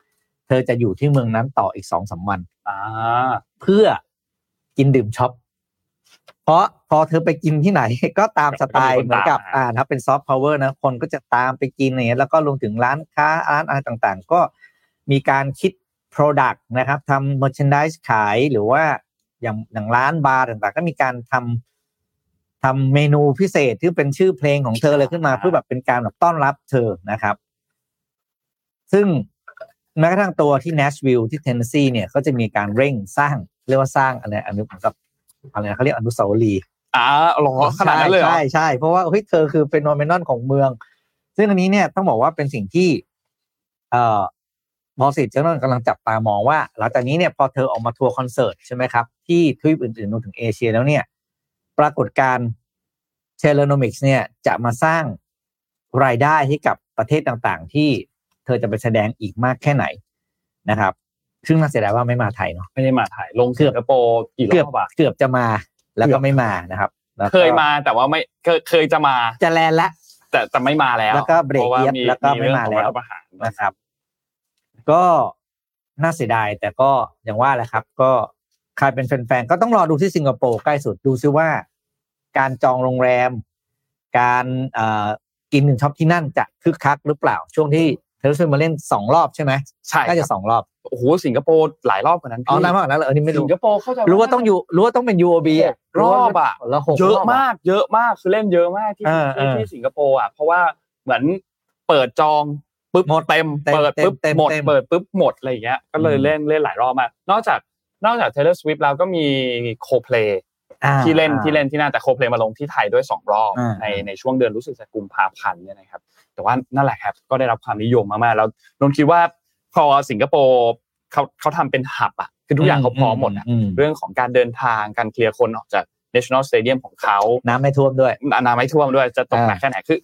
ธอจะอยู่ที่เมืองนั้นต่ออีก 2-3 วัน เพื่อกินดื่มช็อปเพราะพอเธอไปกินที่ไหนก็ตามสไตล์เหมือนกับถ้าเป็นซอฟต์พาวเวอร์นะคนก็จะตามไปกินอย่างเงี้ยแล้วก็รวมถึงร้านค้าร้านอะไรต่างๆก็มีการคิด product นะครับทำ merchandise ขายหรือว่าอย่างร้านบาร์ต่างๆก็มีการทำเมนูพิเศษที่เป็นชื่อเพลงของเธอเลยขึ้นมาเพื่อแบบเป็นการแบบต้อนรับเธอนะครับซึ่งแม้กระทั่งตัวที่ Nashville ที่ Tennessee เนี่ยก็จะมีการเร่งสร้างเรียกว่าสร้างอะไรเหมือนกับอะไรเขาเรียกอนุสาวรีย์หรอขนาดนั้นเลยเหรอใช่เพราะว่าเฮ้ยเธอคือเป็นโนเมนอนของเมืองซึ่งอันนี้เนี่ยต้องบอกว่าเป็นสิ่งที่มอลสิตเจ้านั่นกำลังจับตามองว่าหลังจากนี้เนี่ยพอเธอออกมาทัวร์คอนเสิร์ตใช่ไหมครับที่ทวีปอื่นๆรวมถึงเอเชียแล้วเนี่ยปรากฏการณ์ Telonomics เนี่ยจะมาสร้างรายได้ให้กับประเทศต่างๆที่เธอจะไปแสดงอีกมากแค่ไหนนะครับซึ่งน่าเสียดายว่าไม่มาไทยเนาะไม่ได้มาไทยลงสิงคโปร์กี่รอบเกือบจะมาแล้วก็ไม่มานะครับเคยมาแต่ว่าไม่เคยจะมาจะแลนแล้วแต่ไม่มาแล้วแล้วก็เบรกเยียบแล้วก็ไม่มาแล้วนะครับก็น่าเสียดายแต่ก็อย่างว่าแหละครับก็ใครเป็นแฟนๆก็ต้องรอดูที่สิงคโปร์ใกล้สุดดูซิว่าการจองโรงแรมการกินช็อปที่นั่นจะคึกคักหรือเปล่าช่วงที่เธอมาเล่น2รอบใช่ไหมใช่น่าจะ2รอบโอ้โหสิงคโปร์หลายรอบกว่านั้นนานมากกว่านั้นเลยนี่ไม่รู้สิงคโปร์เข้าใจรู้ว่าต้องเป็น UOB รอบแล้วเยอะมากคือเล่นเยอะมากที่สิงคโปร์เพราะว่าเหมือนเปิดจองปึ๊บเต็มเปิดปึ๊บหมดเปิดปึ๊บหมดอะไรอย่างเงี้ยก็เลยเล่นหลายรอบมากนอกจาก Taylor Swift แล้วก็มี Coldplay ที่เล่นที่นั่นแต่ Coldplay มาลงที่ไทยด้วย2รอบในช่วงเดือนรู้สึกจะกุมภาพันธ์เนี่ยนะครับแต่ว่านั่นแหละครับก็ได้รับความนิยมมากๆแล้วนนท์คิดว่าพอสิงคโปร์เขาทำเป็นหับคือทุกอย่างเขาพร้อมหมดเรื่องของการเดินทางการเคลียร์คนออกจาก National Stadium ของเขาน้ำไม่ท่วมด้วยจะตกหนักแค่ไหนคือ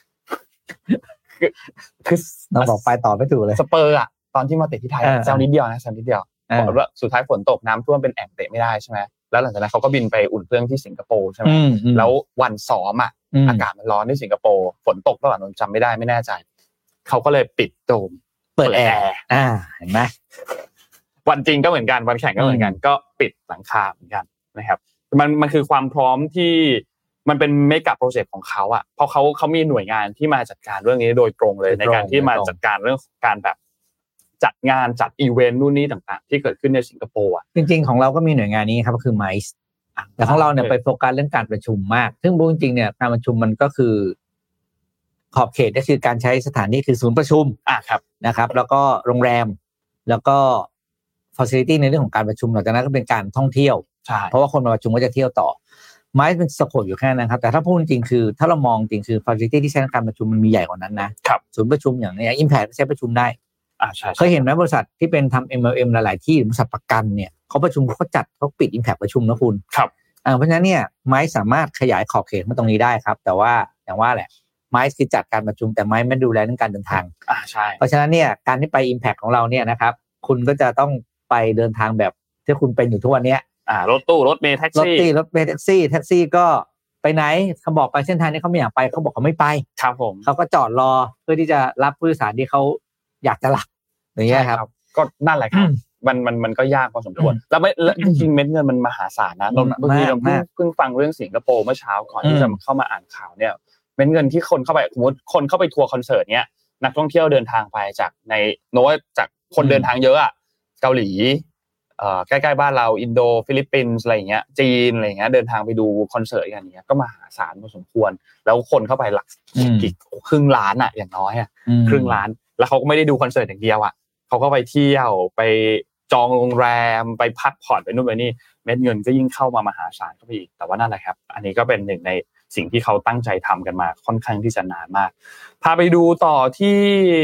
เราบอกไปต่อไม่ถูกเลยสเปอร์ตอนที่มาเตะที่ไทยแซวนิดเดียวบอกว่าสุดท้ายฝนตกน้ำท่วมเป็นแอ่งเตะไม่ได้ใช่ไหมแล้วหลังจากนั้นเขาก็บินไปอุ่นเครื่องที่สิงคโปร์ใช่ไหมแล้ววันซ้อมอากาศมันร้อนที่สิงคโปร์ฝนตกระหว่างนั้นจำไม่ได้ไม่แน่ใจเขาก็เลยปิดโดมเปิดแอร์เห็นไหมวันจริงก็เหมือนกันวันแข่งก็เหมือนกันก็ปิดหลังคาเหมือนกันนะครับมันคือความพร้อมที่มันเป็นเมกะโปรเจกต์ของเขาเพราะเขามีหน่วยงานที่มาจัดการเรื่องนี้โดยตรงเลยในการที่มาจัดการเรื่องการแบบจัดงานจัดอีเวนต์นู่นนี่ต่างๆที่เกิดขึ้นในสิงคโปร์จริงๆของเราก็มีหน่วยงานนี้ครับก็คือ MICE แต่ของเราเนี่ยไปโฟกัสเรื่องการประชุมมากซึ่งจริงๆเนี่ยการประชุมมันก็คือขอบเขตก็คือการใช้สถานที่คือศูนย์ประชุมครับนะครับแล้วก็โรงแรมแล้วก็ facility ในเรื่องของการประชุมหลังจากนั้นก็เป็นการท่องเที่ยวเพราะว่าคนมาประชุมก็จะเที่ยวต่อไม่เป็นสโคปอยู่แค่นั้นครับแต่ถ้าพูดจริงคือถ้าเรามองจริงคือ facility ที่ใช้ในการประชุมมันมีใหญ่กว่านั้นนะศูนย์ประชุมอย่างนี้ Impact ใช้ประชุมได้ใช่เคยเห็นไหมบริษัทที่เป็นทำ MLM หลายๆที่บริษัทประกันเนี่ยเขาประชุมเขาจัดเขาปิด Impact ประชุมนะคุณครับเพราะฉะนั้นเนี่ยไม้สามารถขยายขอบเขตมาตรงนี้ได้ครับแต่ว่าอย่างว่าแหละไม้คือจัดการประชุมแต่ไม้ไม่ดูแลเรื่องการเดินทางใช่เพราะฉะนั้นเนี่ยการที่ไป Impact ของเราเนี่ยนะครับคุณก็จะต้องไปเดินทางแบบที่คุณเป็นอยู่ทุกวันนี้รถตู้รถเมล์แท็กซี่ก็ไปไหนเขาบอกไปเส้นทางนี้เขาไม่อยากไปเขาบอกเขาไม่ไปครับผมเขาก็จอดรอเพื่อที่จะรับผู้โดยสารที่เขาอยากจะรับอย่างเงี้ยครับก็นั่นแหละครับมันก็ยากพอสมควรแล้วจริงๆเม็ดเงินมันมหาศาลนะบางทีเราเพิ่งฟังเรื่องสิงคโปร์เมื่อเช้าก่อนที่จะเข้ามาอ่านข่าวเนี่ยเม็ดเงินที่คนเข้าไปสมมติคนเข้าไปทัวร์คอนเสิร์ตเนี้ยนักท่องเที่ยวเดินทางไปจากในโน้ตจากคนเดินทางเยอะเกาหลีใกล้ๆบ้านเราอินโดฟิลิปปินส์อะไรอย่างเงี้ยจีนอะไรอย่างเงี้ยเดินทางไปดูคอนเสิร์ตกันอย่างเงี้ยก็มหาศาลพอสมควรแล้วคนเข้าไปหลักครึ่งล้านอย่างน้อยครึ่งล้านแล้วเขาก็ไม่ได้ดูคอนเสิร์ตอย่างเดียวเขาก็ไปเที่ยวไปจองโรงแรมไปพักผ่อนไปนู่นไปนี่เม็ดเงินก็ยิ่งเข้ามามหาศาลเข้าไปอีกแต่ว่านั่นแหละครับอันนี้ก็เป็นหนึ่งในสิ่งที่เขาตั้งใจทำกันมาค่อนข้างที่จะนานมากพาไปดูต่อที่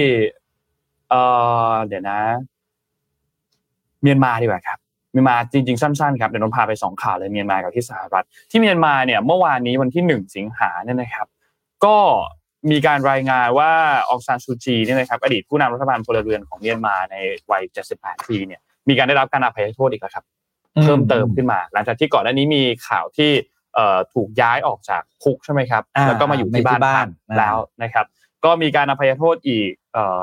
เดี๋ยวนะเมียนมาดีกว่าครับเมียนมาจริงๆสั้นๆครับเดี๋ยวนนพาไป2ข่าวเลยเมียนมากับที่สหรัฐที่เมียนมาเนี่ยเมื่อวานนี้วันที่1สิงหาเนี่ยนะครับก็มีการรายงานว่าองซานซูจีเนี่ยนะครับอดีตผู้นำรัฐบาลพลเรือนของเมียนมาในวัย78ปีเนี่ยมีการได้รับการอภัยโทษอีกแล้วครับเพิ่มเติมขึ้นมาหลังจากที่ก่อนหน้านี้มีข่าวที่ถูกย้ายออกจากคุกใช่ไหมครับแล้วก็มาอยู่ที่บ้านแล้วนะครับก็มีการอภัยโทษอีก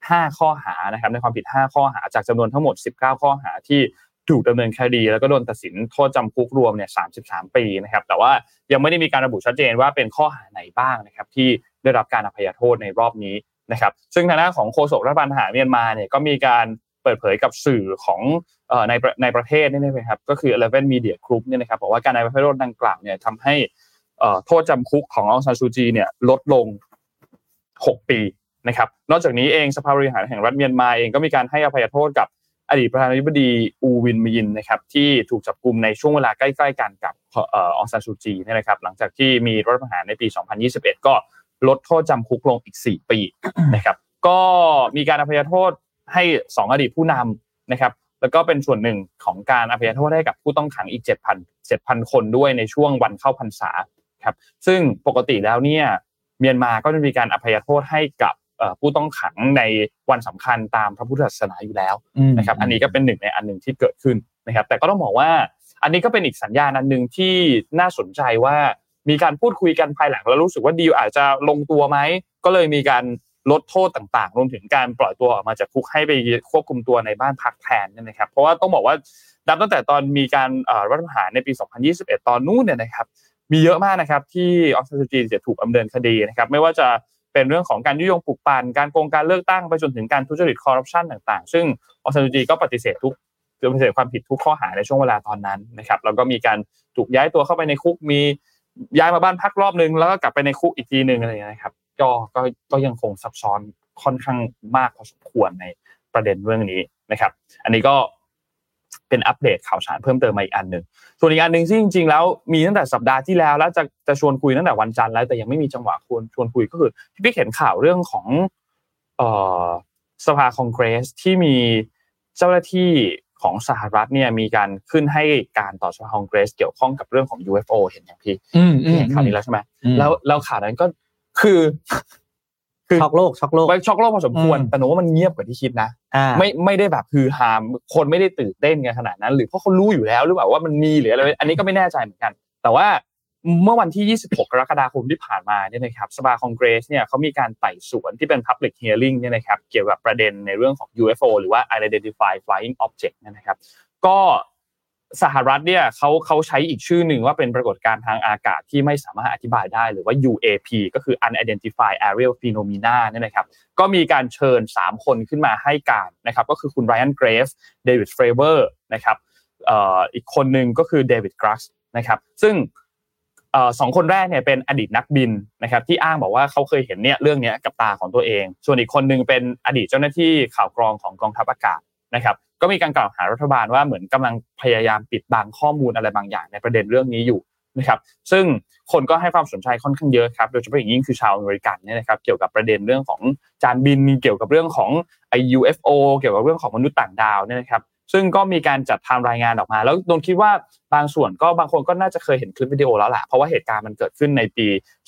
5ข้อหานะครับในความผิด5ข้อหาจากจำนวนทั้งหมด19ข้อหาที่ถูกดำเนินคดีแล้วก็โดนตัดสินโทษจำคุกรวมเนี่ย33ปีนะครับแต่ว่ายังไม่ได้มีการระบุชัดเจนว่าเป็นข้อหาไหนบ้างนะครับที่ได้รับการอภัยโทษในรอบนี้นะครับซึ่งทางด้านของโฆษกรัฐบาลทหารเมียนมาเนี่ยก็มีการเปิดเผยกับสื่อของในประเทศนี่นะครับก็คือ11 Media Group เนี่ยนะครับบอกว่าการอภัยโทษดังกล่าวเนี่ยทำให้โทษจำคุกขององซานซูจีเนี่ยลดลง6ปีนะครับนอกจากนี้เองสภาบริหารแห่งรัฐเมียนมาเองก็มีการให้อภัยโทษกับอดีตประธานาธิบดีอูวินมิยินนะครับที่ถูกจับกุมในช่วงเวลาใกล้ๆกันกับองซานซูจีเนี่ยนะครับหลังจากที่มีรัฐประหารในปี2021ก็ลดโทษจำคุกลงอีก4ปีนะครับก็มีการอภัยโทษให้2อดีตผู้นำนะครับแล้วก็เป็นส่วนหนึ่งของการอภัยโทษให้กับผู้ต้องขังอีก 7,000 คนด้วยในช่วงวันเข้าพรรษาครับซึ่งปกติแล้วเนี่ยเมียนมาก็จะมีการอภัยโทษให้กับผู้ต้องขังในวันสำคัญตามพระพุทธศาสนาอยู่แล้วนะครับอันนี้ก็เป็นหนึ่งในอันนึงที่เกิดขึ้นนะครับแต่ก็ต้องบอกว่าอันนี้ก็เป็นอีกสัญญาณอันนึงที่น่าสนใจว่ามีการพูดคุยกันภายหลังแล้วรู้สึกว่าดีลอาจจะลงตัวไหมก็เลยมีการลดโทษต่างๆรวมถึงการปล่อยตัวออกมาจากคุกให้ไปควบคุมตัวในบ้านพักแทนนะครับเพราะว่าต้องบอกว่านับตั้งแต่ตอนมีการรัฐประหารในปี2021ตอนนู้นเนี่ยนะครับมีเยอะมากนะครับที่องซานซูจีจะถูกดำเนินคดีนะครับไม่ว่าจะเป็นเรื่องของการยุยงปลุกปั่นการโกงการเลือกตั้งไปจนถึงการทุจริตคอร์รัปชันต่างๆซึ่งองซานซูจีก็ปฏิเสธความผิดทุกข้อหาในช่วงเวลาตอนนั้นนะครับแล้วก็มีการถูกย้ายตัวเข้าไปในคุกมีย้ายมาบ้านพักรอบนึงแล้วก็กลับไปในคุกอีกทีนึงอะไรอย่างเงี้ยนะครับก็ยังคงซับซ้อนค่อนข้างมากพอสมควรในประเด็นเรื่องนี้นะครับอันนี้ก็เป็นอัปเดตข่าวสารเพิ่มเติมมาอีกอันนึงส่วนอีกอันนึงที่จริงๆแล้วมีตั้งแต่สัปดาห์ที่แล้วจะชวนคุยตั้งแต่วันจันทร์แล้วแต่ยังไม่มีจังหวะชวนคุยก็คือที่พี่เห็นข่าวเรื่องของสภาคองเกรสที่มีเจ้าหน้าที่ของสหรัฐเนี่ยมีการขึ้นให้การต่อสภาคองเกรสเกี่ยวข้องกับเรื่องของ UFO เห็นอย่างพี่เห็นข่าวนี้แล้วใช่ไหมแล้วข่าวนั้นก็คือช็อกโลกพอสมควรแต่หนูว่ามันเงียบกว่าที่คิดนะไม่ได้แบบฮือฮาคนไม่ได้ตื่นเต้นกันขนาดนั้นหรือเพราะเขารู้อยู่แล้วหรือเปล่าว่ามันมีหรืออะไรอันนี้ก็ไม่แน่ใจเหมือนกันแต่ว่าเมื่อวันที่26กรกฎาคมที่ผ่านมาเนี่ยนะครับสภาคองเกรสเนี่ยเขามีการไต่สวนที่เป็น public hearing เนี่ยนะครับเกี่ยวกับประเด็นในเรื่องของ UFO หรือว่า unidentified flying object นะครับก็สหรัฐเนี่ยเขาใช้อีกชื่อหนึ่งว่าเป็นปรากฏการณ์ทางอากาศที่ไม่สามารถอธิบายได้หรือว่า UAP ก็คือ unidentified aerial phenomena เนี่ยนะครับก็มีการเชิญ3คนขึ้นมาให้การนะครับก็คือคุณ Ryan Graves David Fravor นะครับอีกคนนึงก็คือ David Grush นะครับซึ่ง2คนแรกเนี่ยเป็นอดีตนักบินนะครับที่อ้างบอกว่าเขาเคยเห็นเนี่ยเรื่องนี้กับตาของตัวเองส่วนอีกคนนึงเป็นอดีตเจ้าหน้าที่ข่าวกรองของกองทัพอากาศนะครับก็มีการกล่าวหารัฐบาลว่าเหมือนกำลังพยายามปิดบังข้อมูลอะไรบางอย่างในประเด็นเรื่องนี้อยู่นะครับซึ่งคนก็ให้ความสนใจค่อนข้างเยอะครับโดยเฉพาะอย่างยิ่งคือชาวอเมริกันเนี่ยนะครับเกี่ยวกับประเด็นเรื่องของจานบินเกี่ยวกับเรื่องของUFO เกี่ยวกับเรื่องของมนุษย์ต่างดาวเนี่ยนะครับซึ่งก็มีการจัดทำรายงานออกมาแล้วโดนคิดว่าบางคนก็น่าจะเคยเห็นคลิปวิดีโอแล้วแหละเพราะว่าเหตุการณ์มันเกิดขึ้นในปี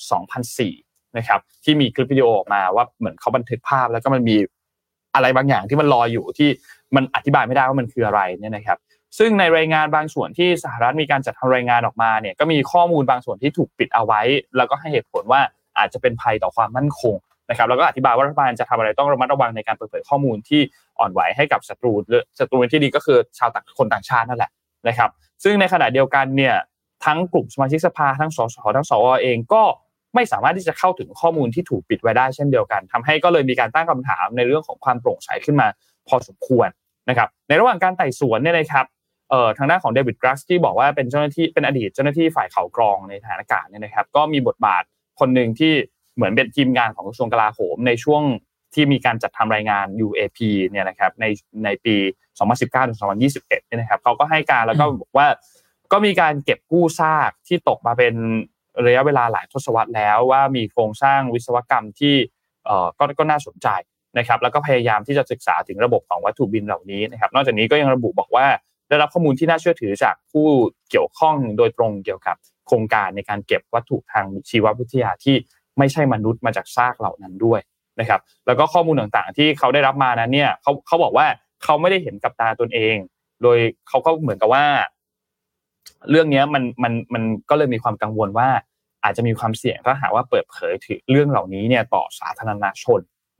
2004นะครับที่มีคลิปวิดีโอออกมาว่าเหมือนเขาบันทึกภาพแล้วก็มันมีอะไรบางอย่างที่มันลอยอยู่ที่มันอธิบายไม่ได้ว่ามันคืออะไรเนี่ยนะครับซึ่งในรายงานบางส่วนที่สหรัฐมีการจัดทำรายงานออกมาเนี่ยก็มีข้อมูลบางส่วนที่ถูกปิดเอาไว้แล้วก็ให้เหตุผลว่าอาจจะเป็นภัยต่อความมั่นคงนะครับแล้วก็อธิบายว่ารัฐบาลจะทำอะไรต้องระมัดระวังในการเปิดเผยข้อมูลที่อ่อนไหวให้กับศัตรูที่ดีก็คือคนต่างชาตินั่นแหละนะครับซึ่งในขณะเดียวกันเนี่ยทั้งกลุ่มสมาชิกสภาทั้งสสทั้งสวเองก็ไม่สามารถที่จะเข้าถึงข้อมูลที่ถูกปิดไว้ได้เช่นเดียวกันทำให้ก็เลยมีการตั้งคำถามในเรื่องของความโปร่งใสขึ้นมาพอสมควรนะครับในระหว่างการไต่สวนเนี่ยนะครับทางด้านของเดวิดกรัสที่บอกว่าเป็นเจ้าหน้าที่เป็นอดีตเจ้าหน้าที่ฝ่ายข่าวกรองในทหารอากาศเนี่ยนะครับก็มีบทบาทคนนึงที่เหมือนเป็นทีมงานของกระทรวงกลาโหมในช่วงที่มีการจัดทำรายงาน UAP เนี่ยนะครับในปี2019ถึง2021เนี่ยนะครับเขาก็ให้การแล้วก็บอกว่าก็มีการเก็บกู้ซากที่ตกมาเป็นระยะเวลาหลายทศวรรษแล้วว่ามีโครงสร้างวิศวกรรมที่ก็น่าสนใจนะครับแล้วก็พยายามที่จะศึกษาถึงระบบของวัตถุบินเหล่านี้นะครับนอกจากนี้ก็ยังระบุบอกว่าได้รับข้อมูลที่น่าเชื่อถือจากผู้เกี่ยวข้องโดยตรงเกี่ยวกับโครงการในการเก็บวัตถุทางชีววิทยาที่ไม่ใช่มนุษย์มาจากซากเหล่านั้นด้วยนะครับแล้วก็ข้อมูลต่างๆที่เขาได้รับมานั้นเนี่ยเขาบอกว่าเขาไม่ได้เห็นกับตาตนเองโดยเขาก็เหมือนกับว่าเรื่องนี้มันก็เลยมีความกังวลว่าอาจจะมีความเสี่ยงถ้าหากว่าเปิดเผยถึงเรื่องเหล่านี้เนี่ยต่อสาธารณชน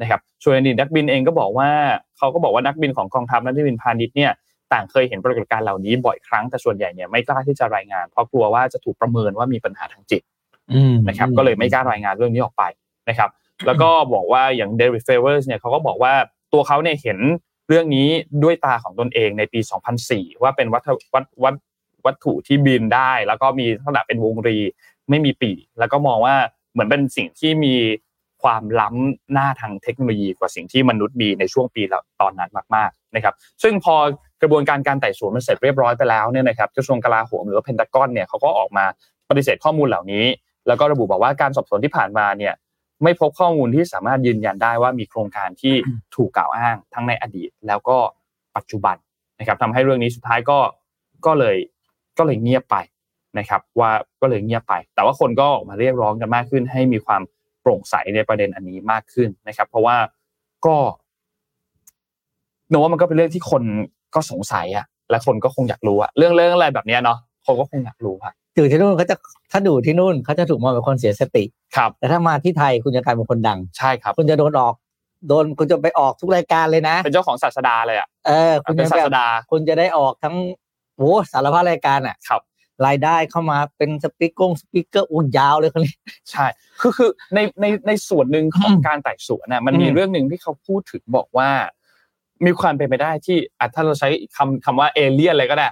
นะครับส่วนอดีตนักบินเองก็บอกว่าเขาก็บอกว่านักบินของกองทัพนักบินพาณิชย์เนี่ยต่างเคยเห็นปรากฏการณ์เหล่านี้บ่อยครั้งแต่ส่วนใหญ่เนี่ยไม่กล้าที่จะรายงานเพราะกลัวว่าจะถูกประเมินว่ามีปัญหาทางจิตนะครับก็เลยไม่กล้ารายงานเรื่องนี้ออกไปนะครับแล้วก็บอกว่าอย่าง David Favors เนี่ยเขาก็บอกว่าตัวเขาเนี่ยเห็นเรื่องนี้ด้วยตาของตนเองในปี 2004 ว่าเป็นวัตถุที่บินได้แล้วก็มีลักษณะเป็นวงรีไม่มีปีกแล้วก็มองว่าเหมือนเป็นสิ่งที่มีความล้ำหน้าทางเทคโนโลยีกว่าสิ่งที่มนุษย์มีในช่วงปีตอนนั้นมากๆนะครับซึ่งพอกระบวนการไต่สวนมันเสร็จเรียบร้อยไปแล้วเนี่ยนะครับกระทรวงกลาโหมหรือว่าเพนทากอนเนี่ยเขาก็ออกมาปฏิเสธข้อมูลเหล่านี้แล้วก็ระบุบอกว่าการสอบสวนที่ผ่านมาเนี่ยไม่พบข้อมูลที่สามารถยืนยันได้ว่ามีโครงการที่ถูกกล่าวอ้างทั้งในอดีตแล้วก็ปัจจุบันนะครับทำให้เรื่องนี้สุดท้ายก็เลยเงียบไปนะครับว่าก็เลยเงียบไปแต่ว่าคนก็ออกมาเรียกร้องกันมากขึ้นให้มีความโปร่งใสในประเด็นอันนี้มากขึ้นนะครับเพราะว่าก็ว่ามันก็เป็นเรื่องที่คนก็สงสัยอ่ะและคนก็คงอยากรู้อ่ะเรื่องอะไรแบบนี้เนาะคนก็คงอยากรู้อ่ะอยู่ที่นู่นเขาจะถ้าดูที่นู่นเขาจะถูกมองเป็นคนเสียสติครับแต่ถ้ามาที่ไทยคุณจะกลายเป็นคนดังใช่ครับคุณจะโดนคุณจะไปออกทุกรายการเลยนะเป็นเจ้าของศาสดาเลยอ่ะคุณเป็นศาสดาคุณจะได้ออกทั้งสารพัดรายการอ่ะครับรายได้เข้ามาเป็นสปีกเกอร์ยาวเลยคนนี้ใช่คือในส่วนหนึ่งของการไต่สวนน่ะมันมีเรื่องนึงที่เขาพูดถึงบอกว่ามีความเป็นไปได้ที่ถ้าเราใช้คำว่าเอเลี่ยนอะไรก็ได้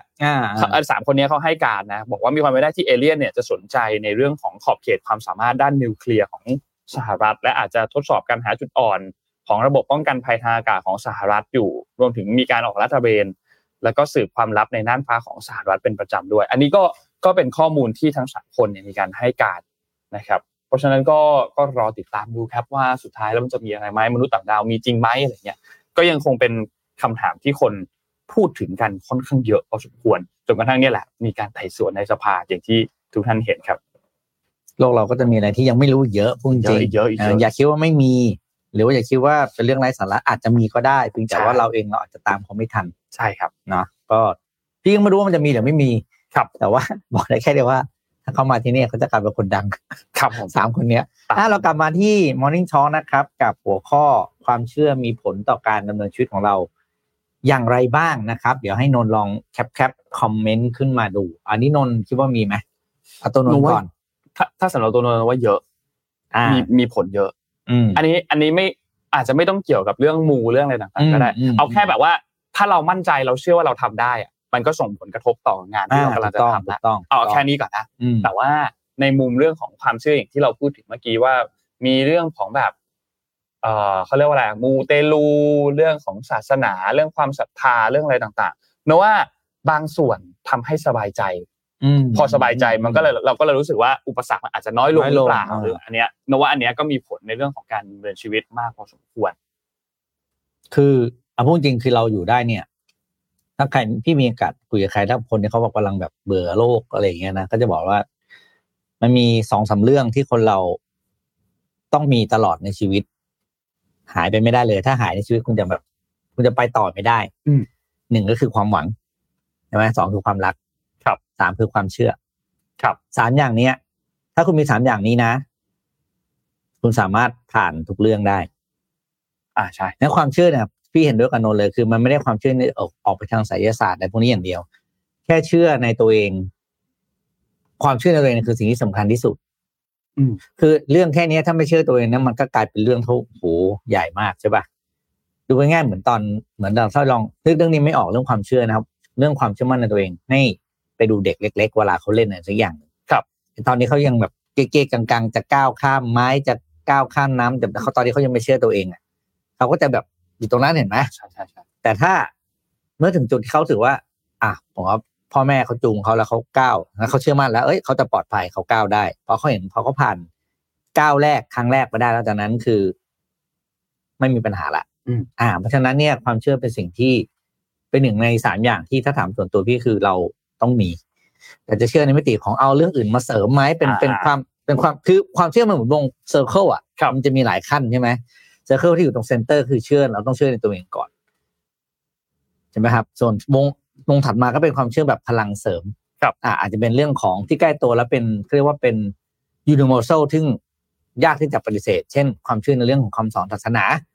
3คนนี้เขาให้การนะบอกว่ามีความเป็นไปได้ที่เอเลี่ยนเนี่ยจะสนใจในเรื่องของขอบเขตความสามารถด้านนิวเคลียร์ของสหรัฐและอาจจะทดสอบการหาจุดอ่อนของระบบป้องกันภัยทางอากาศของสหรัฐอยู่รวมถึงมีการออกลาดตระเวนแล้วก็สืบความลับในน่านฟ้าของสหรัฐเป็นประจำด้วยอันนี้ก็เป็นข้อมูลที่ทั้ง3คนเนี่ยมีการให้การนะครับเพราะฉะนั้นก็รอติดตามดูครับว่าสุดท้ายแล้วมันจะมีอะไรไหมมนุษย์ต่างดาวมีจริงไหมอะไรเงี้ยก็ยังคงเป็นคำถามที่คนพูดถึงกันค่อนข้างเยอะพอสมควรจนกระทั่งเนี่ยแหละมีการไต่สวนในสภาอย่างที่ทุกท่านเห็นครับโลกเราก็จะมีอะไรที่ยังไม่รู้เยอะพุ่งจริงอย่าคิดว่าไม่มีหรือว่าอย่าคิดว่าเป็นเรื่องไร้สาระอาจจะมีก็ได้เพียงแต่ว่าเราเองเราอาจจะตามเขาไม่ทันใช่ครับเนาะก็พี่ยังไม่รู้ว่ามันจะมีหรือไม่มีครับแต่ว่าบอกได้แค่เดียวว่าถ้าเขามาที่นี่เขาจะกลายเป็นคนดังครับผม 3คนนี้เรากลับมาที่ Morning Talk นะครับกับหัวข้อความเชื่อมีผลต่อการดำเนินชีวิตของเราอย่างไรบ้างนะครับเดี๋ยวให้นนท์ลองแคปคอมเมนต์ขึ้นมาดูอันนี้นนท์คิดว่ามีไหมเอาตัวนนท์ก่อนถ้าสำหรับตัวนนท์ว่าเยอะมีผลเยอะอันนี้ไม่อาจจะไม่ต้องเกี่ยวกับเรื่องมูเรื่องอะไรต่างๆก็ได้เอาแค่แบบว่าถ้าเรามั่นใจเราเชื่อว่าเราทำได้อะมันก็ส่งผลกระทบต่องานที่เรากำลังจะทำแล้วเอาแค่นี้ก่อนนะแต่ว่าในมุมเรื่องของความเชื่ออย่างที่เราพูดถึงเมื่อกี้ว่ามีเรื่องของแบบเขาเรียกว่าอะไรมูเตลูเรื่องของศาสนาเรื่องความศรัทธาเรื่องอะไรต่างๆเนอะว่าบางส่วนทำให้สบายใจพอสบายใจมันก็เลยเราก็เลยรู้สึกว่าอุปสรรคมันอาจจะน้อยลงหรือเปล่าหรืออันเนี้ยเนอะว่าอันเนี้ยก็มีผลในเรื่องของการดำเนินชีวิตมากพอสมควรคือเอาพูดจริงคือเราอยู่ได้เนี่ยถ้าใครพี่มีโอกาสคุยกับใครถ้าคนที่เขาบอกกำลังแบบเบื่อโลกอะไรอย่างเงี้ยนะก็จะบอกว่ามันมี 2-3 เรื่องที่คนเราต้องมีตลอดในชีวิตหายไปไม่ได้เลยถ้าหายในชีวิตคุณจะไปต่อไม่ได้1ก็คือความหวังใช่ไหม2คือความรักครับ 3คือความเชื่อครับ 3อย่างนี้ถ้าคุณมี3อย่างนี้นะคุณสามารถผ่านทุกเรื่องได้ใช่แล้วความเชื่อเนี่ยพี่เห็นด้วยกับนนท์เลยคือมันไม่ได้ความเชื่อในออกไปทางไสยศาสตร์อะไรพวกนี้อย่างเดียวแค่เชื่อในตัวเองความเชื่อในตัวเองคือสิ่งที่สำคัญที่สุดคือเรื่องแค่นี้ถ้าไม่เชื่อตัวเองนะมันก็กลายเป็นเรื่องโหใหญ่มากใช่ป่ะดูง่ายๆเหมือนถ้าลองนึกเรื่องนี้ไม่ออกเรื่องความเชื่อนะครับเรื่องความเชื่อมั่นในตัวเองให้ไปดูเด็กเล็กๆเวลาเขาเล่นอะไรสักอย่างครับตอนนี้เขายังแบบเก๊ๆกังๆจะก้าวข้ามไม้จะก้าวข้ามน้ำแต่เขาตอนนี้เขายังไม่เชื่อตัวเองเขาก็จะแบบอยู่ตรงนั้นเห็นไหมใช่แต่ถ้าเมื่อถึงจุดที่เขาถือว่าผมว่าพ่อแม่เขาจูงเขาแล้วเขาก้าวแล้วเขาเชื่อมั่นแล้วเขาจะปลอดภัยเขาก้าวได้เพราะเขาเห็นพอเขาผ่านก้าวแรกครั้งแรกไปได้แล้วจากนั้นคือไม่มีปัญหาละเพราะฉะนั้นเนี่ยความเชื่อเป็นสิ่งที่เป็น1ใน3อย่างที่ถ้าถามส่วนตัวพี่คือเราต้องมีแต่จะเชื่อในมิติของเอาเรื่องอื่นมาเสริมไหมเป็นความคือความเชื่อมันเหมือนวงเซอร์เคิลมันจะมีหลายขั้นใช่ไหมเซอร์เคิลที่อยู่ตรงเซนเตอร์คือเชื่อเราต้องเชื่อในตัวเองก่อนใช่ไหมครับส่วนวงถัดมาก็เป็นความเชื่อแบบพลังเสริมครับอาจจะเป็นเรื่องของที่ใกล้ตัวแล้วเป็นเรียกว่าเป็น universal ซึ่งยากที่จะปฏิเสธเช่นความเชื่อในเรื่องของคำสอนศาสนา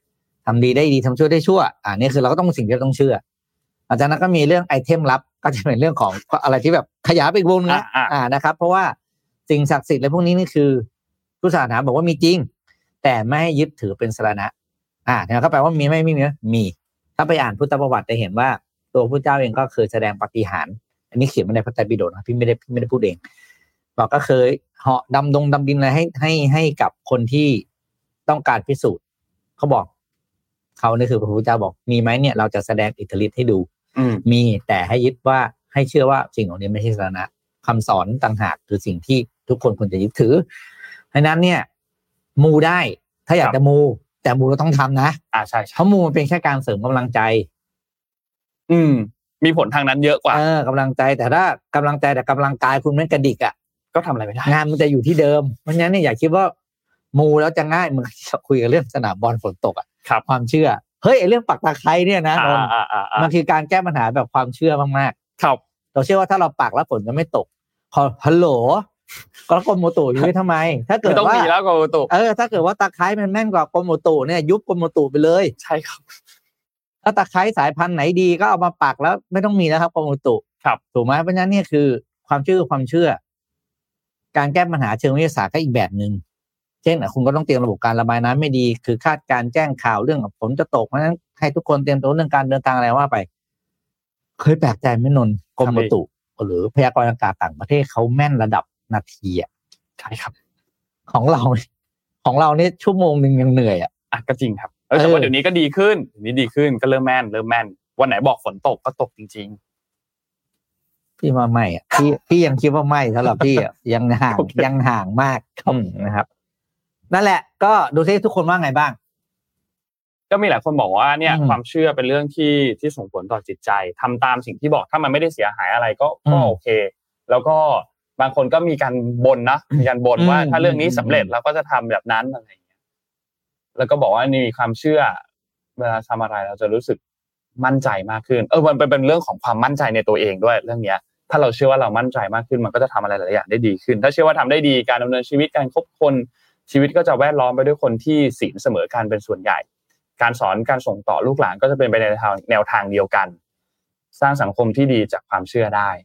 ทำดีได้ดีทำชั่วได้ชั่วนี่คือเราก็ต้องสิ่งที่เราต้องเชื่อหลังจากนั้นก็มีเรื่องไอเทมลับก็จะเป็นเรื่องของอะไรที่แบบขยายไปอีกวงนึงนะครับเพราะว่าสิ่งศักดิ์สิทธิ์อะไรพวกนี้นี่คือพุทธศาสนาบอกว่ามีจริงแต่ไม่ให้ยึดถือเป็นสรณะเนี่ยก็แปลว่ามีไม่มีถ้าไปอ่านพุทธประวัติจะเห็นว่าตัวพระเจ้าเองก็เคยแสดงปาฏิหาริย์อันนี้เขียนมาในพระไตรปิฎกนะพี่ไม่ได้พูดเองบอกก็เคยเหาะดำดินอะไรให้กับคนที่ต้องการพิสูจน์เขาบอกเขานี่คือพระพุทธเจ้าบอกมีไหมเนี่ยเราจะแสดงอิทธิฤทธิ์ให้ดูมีแต่ให้ยึดว่าให้เชื่อว่าสิ่งเหล่านี้ไม่ใช่สาระคำสอนต่างหากคือสิ่งที่ทุกคนควรจะยึดถือเพราะนั้นเนี่ยมูได้ถ้าอยากจะมูแต่มูเราต้องทำนะใช่เพราะมูมันเป็นแค่การเสริมกำลังใจมีผลทางนั้นเยอะกว่ากำลังใจแต่ถ้ากำลังใจแต่กำลังกายคุณไม่กระดิกก็ทำอะไรไม่ได้งานมันจะอยู่ที่เดิมเพราะฉะนั้นเนี่ยอย่าคิดว่ามูแล้วจะง่ายเหมือนคุยกันเรื่องสนามบอลฝนตกความเชื่อเฮ้ยเรื่องปักตะไคร้เนี่ยนะมันคือการแก้ปัญหาแบบความเชื่อมากๆครับเราเชื่อว่าถ้าเราปักแล้วฝนจะไม่ตกฮัลโหลก็กรมอุตุอยู่ทำไมถ้าเกิดว่าต้องมีแล้วกรมอุตุถ้าเกิดว่าตะไคร้มันแม่นกว่ากรมอุตุเนี่ยยุบกรมอุตุไปเลยใช่ครับถ้าตะไคร้สายพันธุ์ไหนดีก็เอามาปักแล้วไม่ต้องมีแล้วครับกรมอุตุครับถูกไหมเพราะฉะนั้นเนี่ยคือความเชื่อการแก้ปัญหาเชิงวิทยาศาสตร์ก็อีกแบบนึงเช่นคุณก็ต้องเตรียมระบบการระบายน้ำไม่ดีคือคาดการแจ้งข่าวเรื่องฝนจะตกเพราะฉะนั้นให้ทุกคนเตรียมตัวเรื่องการเดินทางอะไรว่าไปเคยแปลกใจไหมนนท์กรมอุตุหรือพยากรณ์อากาศต่างประเทศเขาแม่นระดับนาทีใช่ครับของเราเนี่ยชั่วโมงนึงยังเหนื่อยก็จริงครับแต่ว่าเดี๋ยวนี้ก็ดีขึ้นดีขึ้นก็เริ่มแม่นวันไหนบอกฝนตกก็ตกจริงๆพี่ว่าไม่พี่ยังคิดว่าไม่สำหรับพี่ยังห่างมากนะครับนั่นแหละก็ดูซิทุกคนว่าไงบ้างก็มีหลายคนบอกว่าเนี่ยความเชื่อเป็นเรื่องที่ส่งผลต่อจิตใจทำตามสิ่งที่บอกถ้ามันไม่ได้เสียหายอะไรก็โอเคแล้วก็บางคนก็มีการบ่นนะมีการบ่นว่าถ้าเรื่องนี้สำเร็จเราก็จะทำแบบนั้นอะไรอย่างเงี้ยแล้วก็บอกว่านี่มีความเชื่อเวลาทำอะไรเราจะรู้สึกมั่นใจมากขึ้นมันเป็นเรื่องของความมั่นใจในตัวเองด้วยเรื่องเนี้ยถ้าเราเชื่อว่าเรามั่นใจมากขึ้นมันก็จะทำอะไรหลายอย่างได้ดีขึ้นถ้าเชื่อว่าทำได้ดีการดำเนินชีวิตการคบคนชีวิตก็จะแวดล้อมไปด้วยคนที่ศีลเสมอกันเป็นส่วนใหญ่การสอนการส่งต่อลูกหลานก็จะเป็นไปในแนวทางเดียวกันสร้างสังคมที่ดีจากความเชื่อได้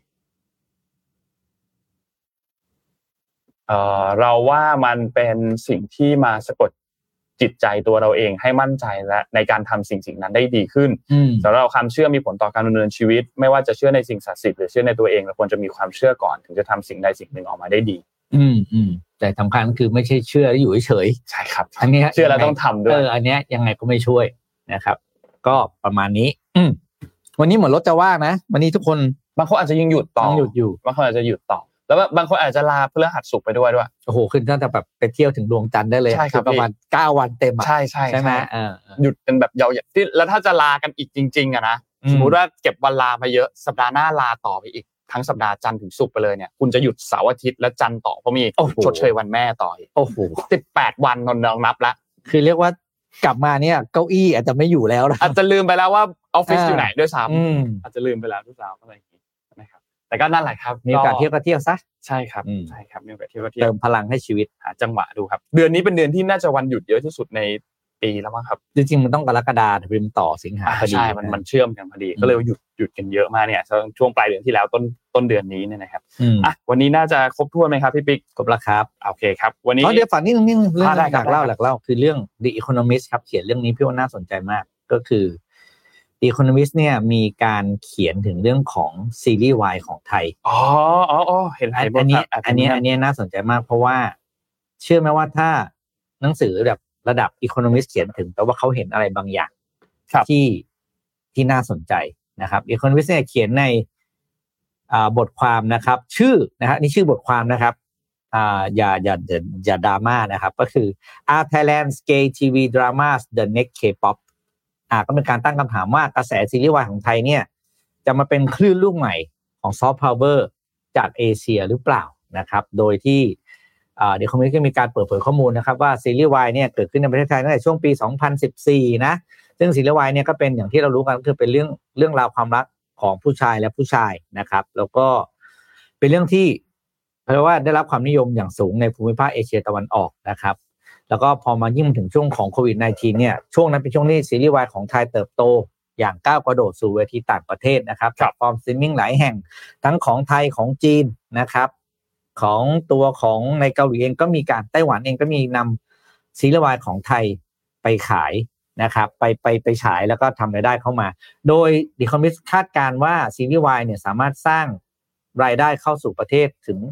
เราว่ามันเป็นสิ่งที่มาสะกดจิตใจตัวเราเองให้มั่นใจและในการทำสิ่งนั้นได้ดีขึ้นสำหรับความเชื่อมีผลต่อการดำเนินชีวิตไม่ว่าจะเชื่อในสิ่งศักดิ์สิทธิ์หรือเชื่อในตัวเองเราควรจะมีความเชื่อก่อนถึงจะทำสิ่งใดสิ่งหนึ่งออกมาได้ดีแต่สำคัญคือไม่ใช่เชื่อแล้วอยู่เฉยใช่ครับอันนี้เชื่อแล้วต้องทำด้วยอันนี้ยังไงก็ไม่ช่วยนะครับก็ประมาณนี้วันนี้เหมือนรถจะว่างนะวันนี้ทุกคนบางคนอาจจะยังหยุดต่ออยู่บางคนอาจจะหยุดต่อแล้วบางคนอาจจะลาพฤหัสศุกร์ไปด้วยโอ้โหขึ้นน่าจะแบบไปเที่ยวถึงดวงจันทร์ได้เลยคือประมาณ9วันเต็มใช่ไหมหยุดเป็นแบบยาวๆที่แล้วถ้าจะลากันอีกจริงๆนะสมมุติว่าเก็บวันลามาเยอะสัปดาห์หน้าลาต่อไปอีกทั้งสัปดาห์จันทร์ถึงศุกร์ไปเลยเนี่ยคุณจะหยุดเสาร์อาทิตย์และจันทร์ต่อเพราะมีชดเชยวันแม่ต่อโอ้โห 18วันนนนับละคือเรียกว่ากลับมาเนี่ยเก้าอี้อาจจะไม่อยู่แล้วนะอาจจะลืมไปแล้วว่าออฟฟิศอยู่ไหนด้วยซ้ำอาจจะลืมไปแล้วด้วยซ้ำอะไรอย่างนี้นะครับแต่ก็นั่นแหละครับมีโอกาสเที่ยวก็เที่ยวซะใช่ครับมีโอกาสเที่ยวก็เที่ยวเติมพลังให้ชีวิตหาจังหวะดูครับเดือนนี้เป็นเดือนที่น่าจะวันหยุดเยอะที่สุดในปีแล้วมั้งครับจริงๆมันต้องกรกฎาคมเป็นต่อสิงหาพอดีใช่มันเชื่อมกันพอดีก็เลยหยุดกันเยอะมากเนี่ยช่วงปลายเดือนที่แล้วต้นเดือนนี้เนี่ยนะครับวันนี้น่าจะครบถ้วนไหมครับพี่ปิ๊กครบแล้วครับโอเคครับวันนี้เดี๋ยวฝันนิดนึงเรื่องหลักเล่าคือเรื่อง The Economist ครับเขียนเรื่องนี้พี่ว่าน่าสนใจมากก็คือ The Economist เนี่ยมีการเขียนถึงเรื่องของซีรีส์วายของไทยเห็นอันนี้น่าสนใจมากเพราะว่าเชื่อไหมว่าถ้าหนังสือแบบระดับ Economist เขียนถึงแต่ว่าเขาเห็นอะไรบางอย่างที่น่าสนใจนะครับ Economist เนี่ยเขียนในบทความนะครับชื่อนะฮะนี่ชื่อบทความนะครับอย่าดราม่านะครับก็คือ Are Thailand's Gay TV Dramas the Next K-pop ก็เป็นการตั้งคำถามว่ากระแสซีรีส์วายของไทยเนี่ยจะมาเป็นคลื่นลูกใหม่ของซอฟต์พาวเวอร์จากเอเชียหรือเปล่านะครับโดยที่เดี๋ยวคอมมิวนิตี้มีการเปิดเผยข้อมูลนะครับว่าซีรีส์วายเนี่ยเกิดขึ้นในประเทศไทยตั้งแต่ช่วงปี 2014 นะซึ่งซีรีส์วายเนี่ยก็เป็นอย่างที่เรารู้กันก็คือเป็นเรื่องราวความรักของผู้ชายและผู้ชายนะครับแล้วก็เป็นเรื่องที่เพราะว่าได้รับความนิยมอย่างสูงในภูมิภาคเอเชียตะวันออกนะครับแล้วก็พอมายิ่งถึงช่วงของโควิด -19 เนี่ยช่วงนั้นเป็นช่วงที่ซีรีส์วายของไทยเติบโตอย่างก้าวกระโดดสู่เวทีต่างประเทศนะครับแพลตฟอร์มสตรีมมิ่งหลายแห่งทั้งของไทยของจีนนะครับของตัวของในเกาหลีเองก็มีการไต้หวันเองก็มีนำซีรีส์วายของไทยไปขายนะครับไปฉายแล้วก็ทำรายได้เข้ามาโดย The Economist คาดการณ์ว่าซีรีส์วายเนี่ยสามารถสร้างรายได้เข้าสู่ประเทศถึง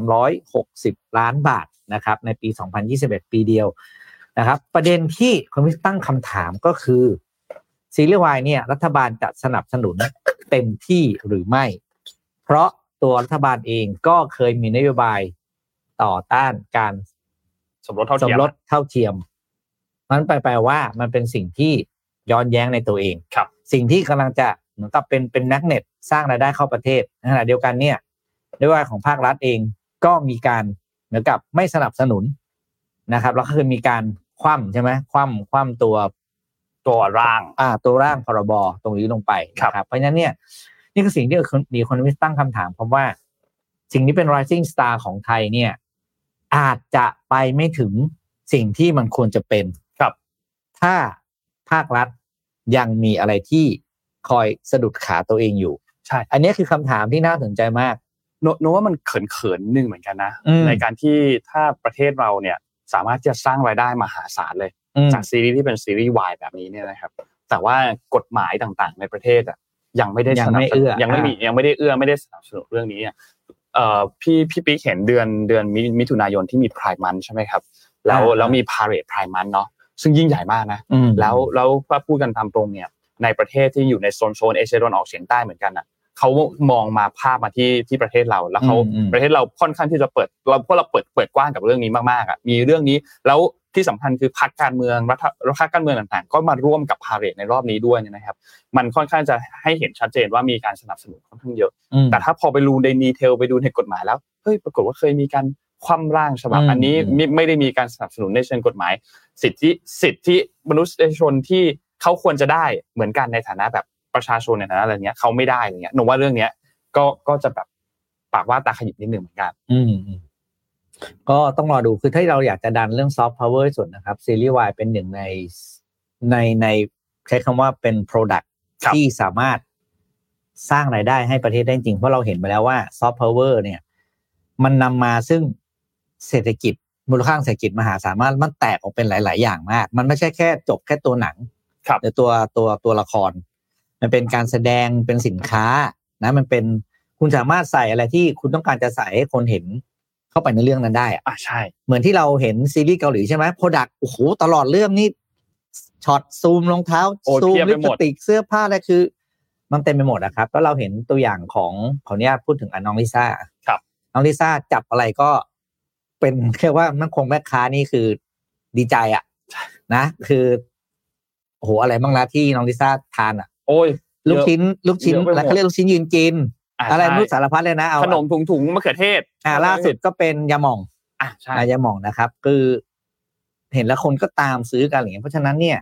360ล้านบาทนะครับในปี2021ปีเดียวนะครับประเด็นที่คนตั้งคำถามก็คือซีรีส์วายเนี่ยรัฐบาลจะสนับสนุนเต็มที่หรือไม่เพราะตัวรัฐบาลเองก็เคยมีนโยบายต่อต้านการสมรสเท่าเทียมนั้นแปลว่ามันเป็นสิ่งที่ย้อนแย้งในตัวเองสิ่งที่กำลังจะเหมือนกับเป็นแมกเนตสร้างรายได้เข้าประเทศในขณะเดียวกันเนี่ยนโยบายของภาครัฐเองก็มีการเหมือนกับไม่สนับสนุนนะครับแล้วก็คือมีการคว่ำใช่ไหมคว่ำตัวร่างพรบตรงนี้ลงไปนะครับเพราะฉะนั้นเนี่ยนี่คือสิ่งที่มีคนวิตั้งคำถามเพราะว่าสิ่งนี้เป็น rising star ของไทยเนี่ยอาจจะไปไม่ถึงสิ่งที่มันควรจะเป็นครับถ้าภาครัฐยังมีอะไรที่คอยสะดุดขาตัวเองอยู่ใช่อันนี้คือคำถามที่น่าสนใจมากโน้ว่ามันเขินนึงเหมือนกันนะในการที่ถ้าประเทศเราเนี่ยสามารถจะสร้างรายได้มหาศาลเลยจากซีรีส์ที่เป็นซีรีส์วายแบบนี้เนี่ยนะครับแต่ว่ากฎหมายต่างๆในประเทศยังไม่ได้สนับสนุนยังไม่ได้ไม่ได้สนับสนุนเรื่องนี้พี่ปิ๊กเห็นเดือนมิถุนายนที่มี Pride Month ใช่ไหมครับแล้วมี Parade Pride Month เนาะซึ่งยิ่งใหญ่มากนะแล้วพูดกันตามตรงเนี่ยในประเทศที่อยู่ในโซนเอเชียตะวันออกเฉียงใต้เหมือนกันน่ะเขามองมาภาพมาที่ประเทศเราแล้วเขาประเทศเราค่อนข้างที่จะเปิดเราเปิดกว้างกับเรื่องนี้มากๆอ่ะมีเรื่องนี้แล้วที่สำคัญคือพรรคการเมืองรัฐการเมืองต่างๆก็มาร่วมกับพาเหรดในรอบนี้ด้วยนะครับมันค่อนข้างจะให้เห็นชัดเจนว่ามีการสนับสนุนค่อนข้างเยอะแต่ถ้าพอไปดูในดีเทลไปดูในกฎหมายแล้วเฮ้ยปรากฏว่าเคยมีการคว่ำร่างฉบับอันนี้ไม่ได้มีการสนับสนุนในเชิงกฎหมายสิทธิมนุษยชนที่เขาควรจะได้เหมือนกันในฐานะแบบประชาชนในฐานะอะไรเงี้ยเขาไม่ได้อะไรเงี้ยหนูว่าเรื่องเนี้ยก็จะแบบปากว่าตาขยิบนิดนึงเหมือนกันก็ต้องรอดูคือถ้าเราอยากจะดันเรื่องซอฟต์พาวเวอร์สุดนะครับซีรีส์วายเป็นหนึ่งในใช้คำว่าเป็น product ที่สามารถสร้างรายได้ให้ประเทศได้จริงเพราะเราเห็นไปแล้วว่าซอฟต์พาวเวอร์เนี่ยมันนำมาซึ่งเศรษฐกิจมูลค่าเศรษฐกิจมหาศาลมันแตกออกเป็นหลายๆอย่างมากมันไม่ใช่แค่จบแค่ตัวหนังหรือตัวละครมันเป็นการแสดงเป็นสินค้านะมันเป็นคุณสามารถใส่อะไรที่คุณต้องการจะใส่ให้คนเห็นเข้าไปในเรื่องนั้นได้ใช่เหมือนที่เราเห็นซีรีส์เกาหลีใช่ไหมโปรดักต์โอ้โหตลอดเรื่องนี่ช็อตซูมรองเท้าซูมลิปสติกเสื้อผ้าอะไรคือมันเต็มไปหมดนะครับแล้วเราเห็นตัวอย่างของขออนุญาตพูดถึงน้องลิซ่าครับน้องลิซ่าจับอะไรก็เป็นแค่ว่ามันคงแม่ค้านี่คือดีใจนะคือโอ้โหอะไรบ้างล่ะที่น้องลิซ่าทานโอ้ยลูกชิ้นแล้วเขาเรียกลูกชิ้นยืนกินอะไรนู่นสารพัดเลยนะเอาขนมถุงมะเขือเทศล่าสุดก็เป็นยาหม่องใช่ยาหม่องนะครับคือเห็นแล้วคนก็ตามซื้อกันอย่างเงี้ยเพราะฉะนั้นเนี่ย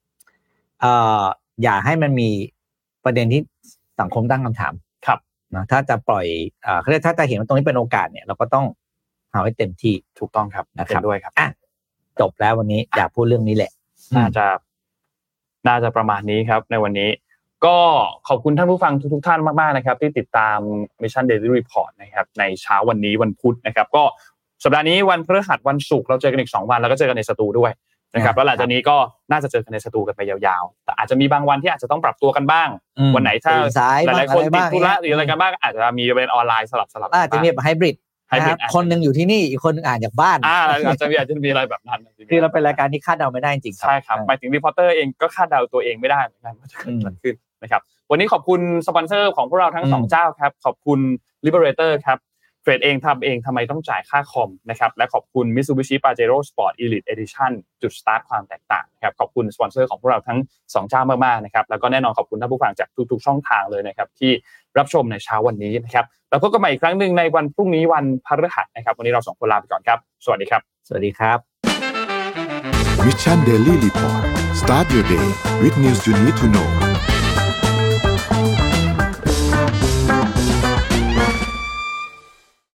อย่าให้มันมีประเด็นที่สังคมตั้งคำถามครับนะถ้าจะปล่อยเขาเรียกถ้าจะเห็นว่าตรงนี้เป็นโอกาสเนี่ยเราก็ต้องเอาให้เต็มที่ถูกต้องครับนะครับด้วยครับจบแล้ววันนี้อยากพูดเรื่องนี้แหละน่าจะประมาณนี้ครับในวันนี้ก็ขอบคุณท่านผู้ฟังทุกท่านมากๆนะครับที่ติดตาม Mission Daily Report นะครับในเช้าวันนี้วันพุธนะครับก็สัปดาห์นี้วันพฤหัสวันศุกร์เราเจอกันอีก2วันแล้วก็เจอกันในสตูด้วยนะครับแล้วหลังจากนี้ก็น่าจะเจอกันในสตูกันไปยาวๆแต่อาจจะมีบางวันที่อาจจะต้องปรับตัวกันบ้างวันไหนถ้าหลายๆคนติดธุระหรืออะไรกันบ้างอาจจะมีเป็นออนไลน์สลับอาจจะมีแบบไฮบริดคนนึงอยู่ที่นี่อีกคนนึงอ่านจากบ้านอาจจะมีอะไรแบบนั้นคือเราเป็นรายการที่คาดเดาไม่ได้จริงใช่ครับหมายถึงรีพอร์เตอร์เองก็คาดเดาตัวเองไม่ได้เหมือนกันว่าจะเกิดอะไรขึ้นนะครับวันนี้ขอบคุณสปอนเซอร์ของพวกเราทั้ง2เจ้าครับขอบคุณ Liberator ครับเทรดเองทำเองทำไมต้องจ่ายค่าคอมนะครับและขอบคุณ Mitsubishi Pajero Sport Elite Edition จุดสตาร์ทความแตกต่างนะครับขอบคุณสปอนเซอร์ของพวกเราทั้ง2เจ้ามากๆนะครับแล้วก็แน่นอนขอบคุณท่านผู้ฟังจากทุกๆช่องทางเลยนะครับที่รับชมในเช้าวันนี้นะครับแล้วพบกันใหม่อีกครั้งนึงในวันพรุ่งนี้วันพฤหัสนะครับวันนี้เรา2คนลาไปก่อนครับสวัสดีครับสวัสดีครับ Mission Daily Report Start your day with news you need to know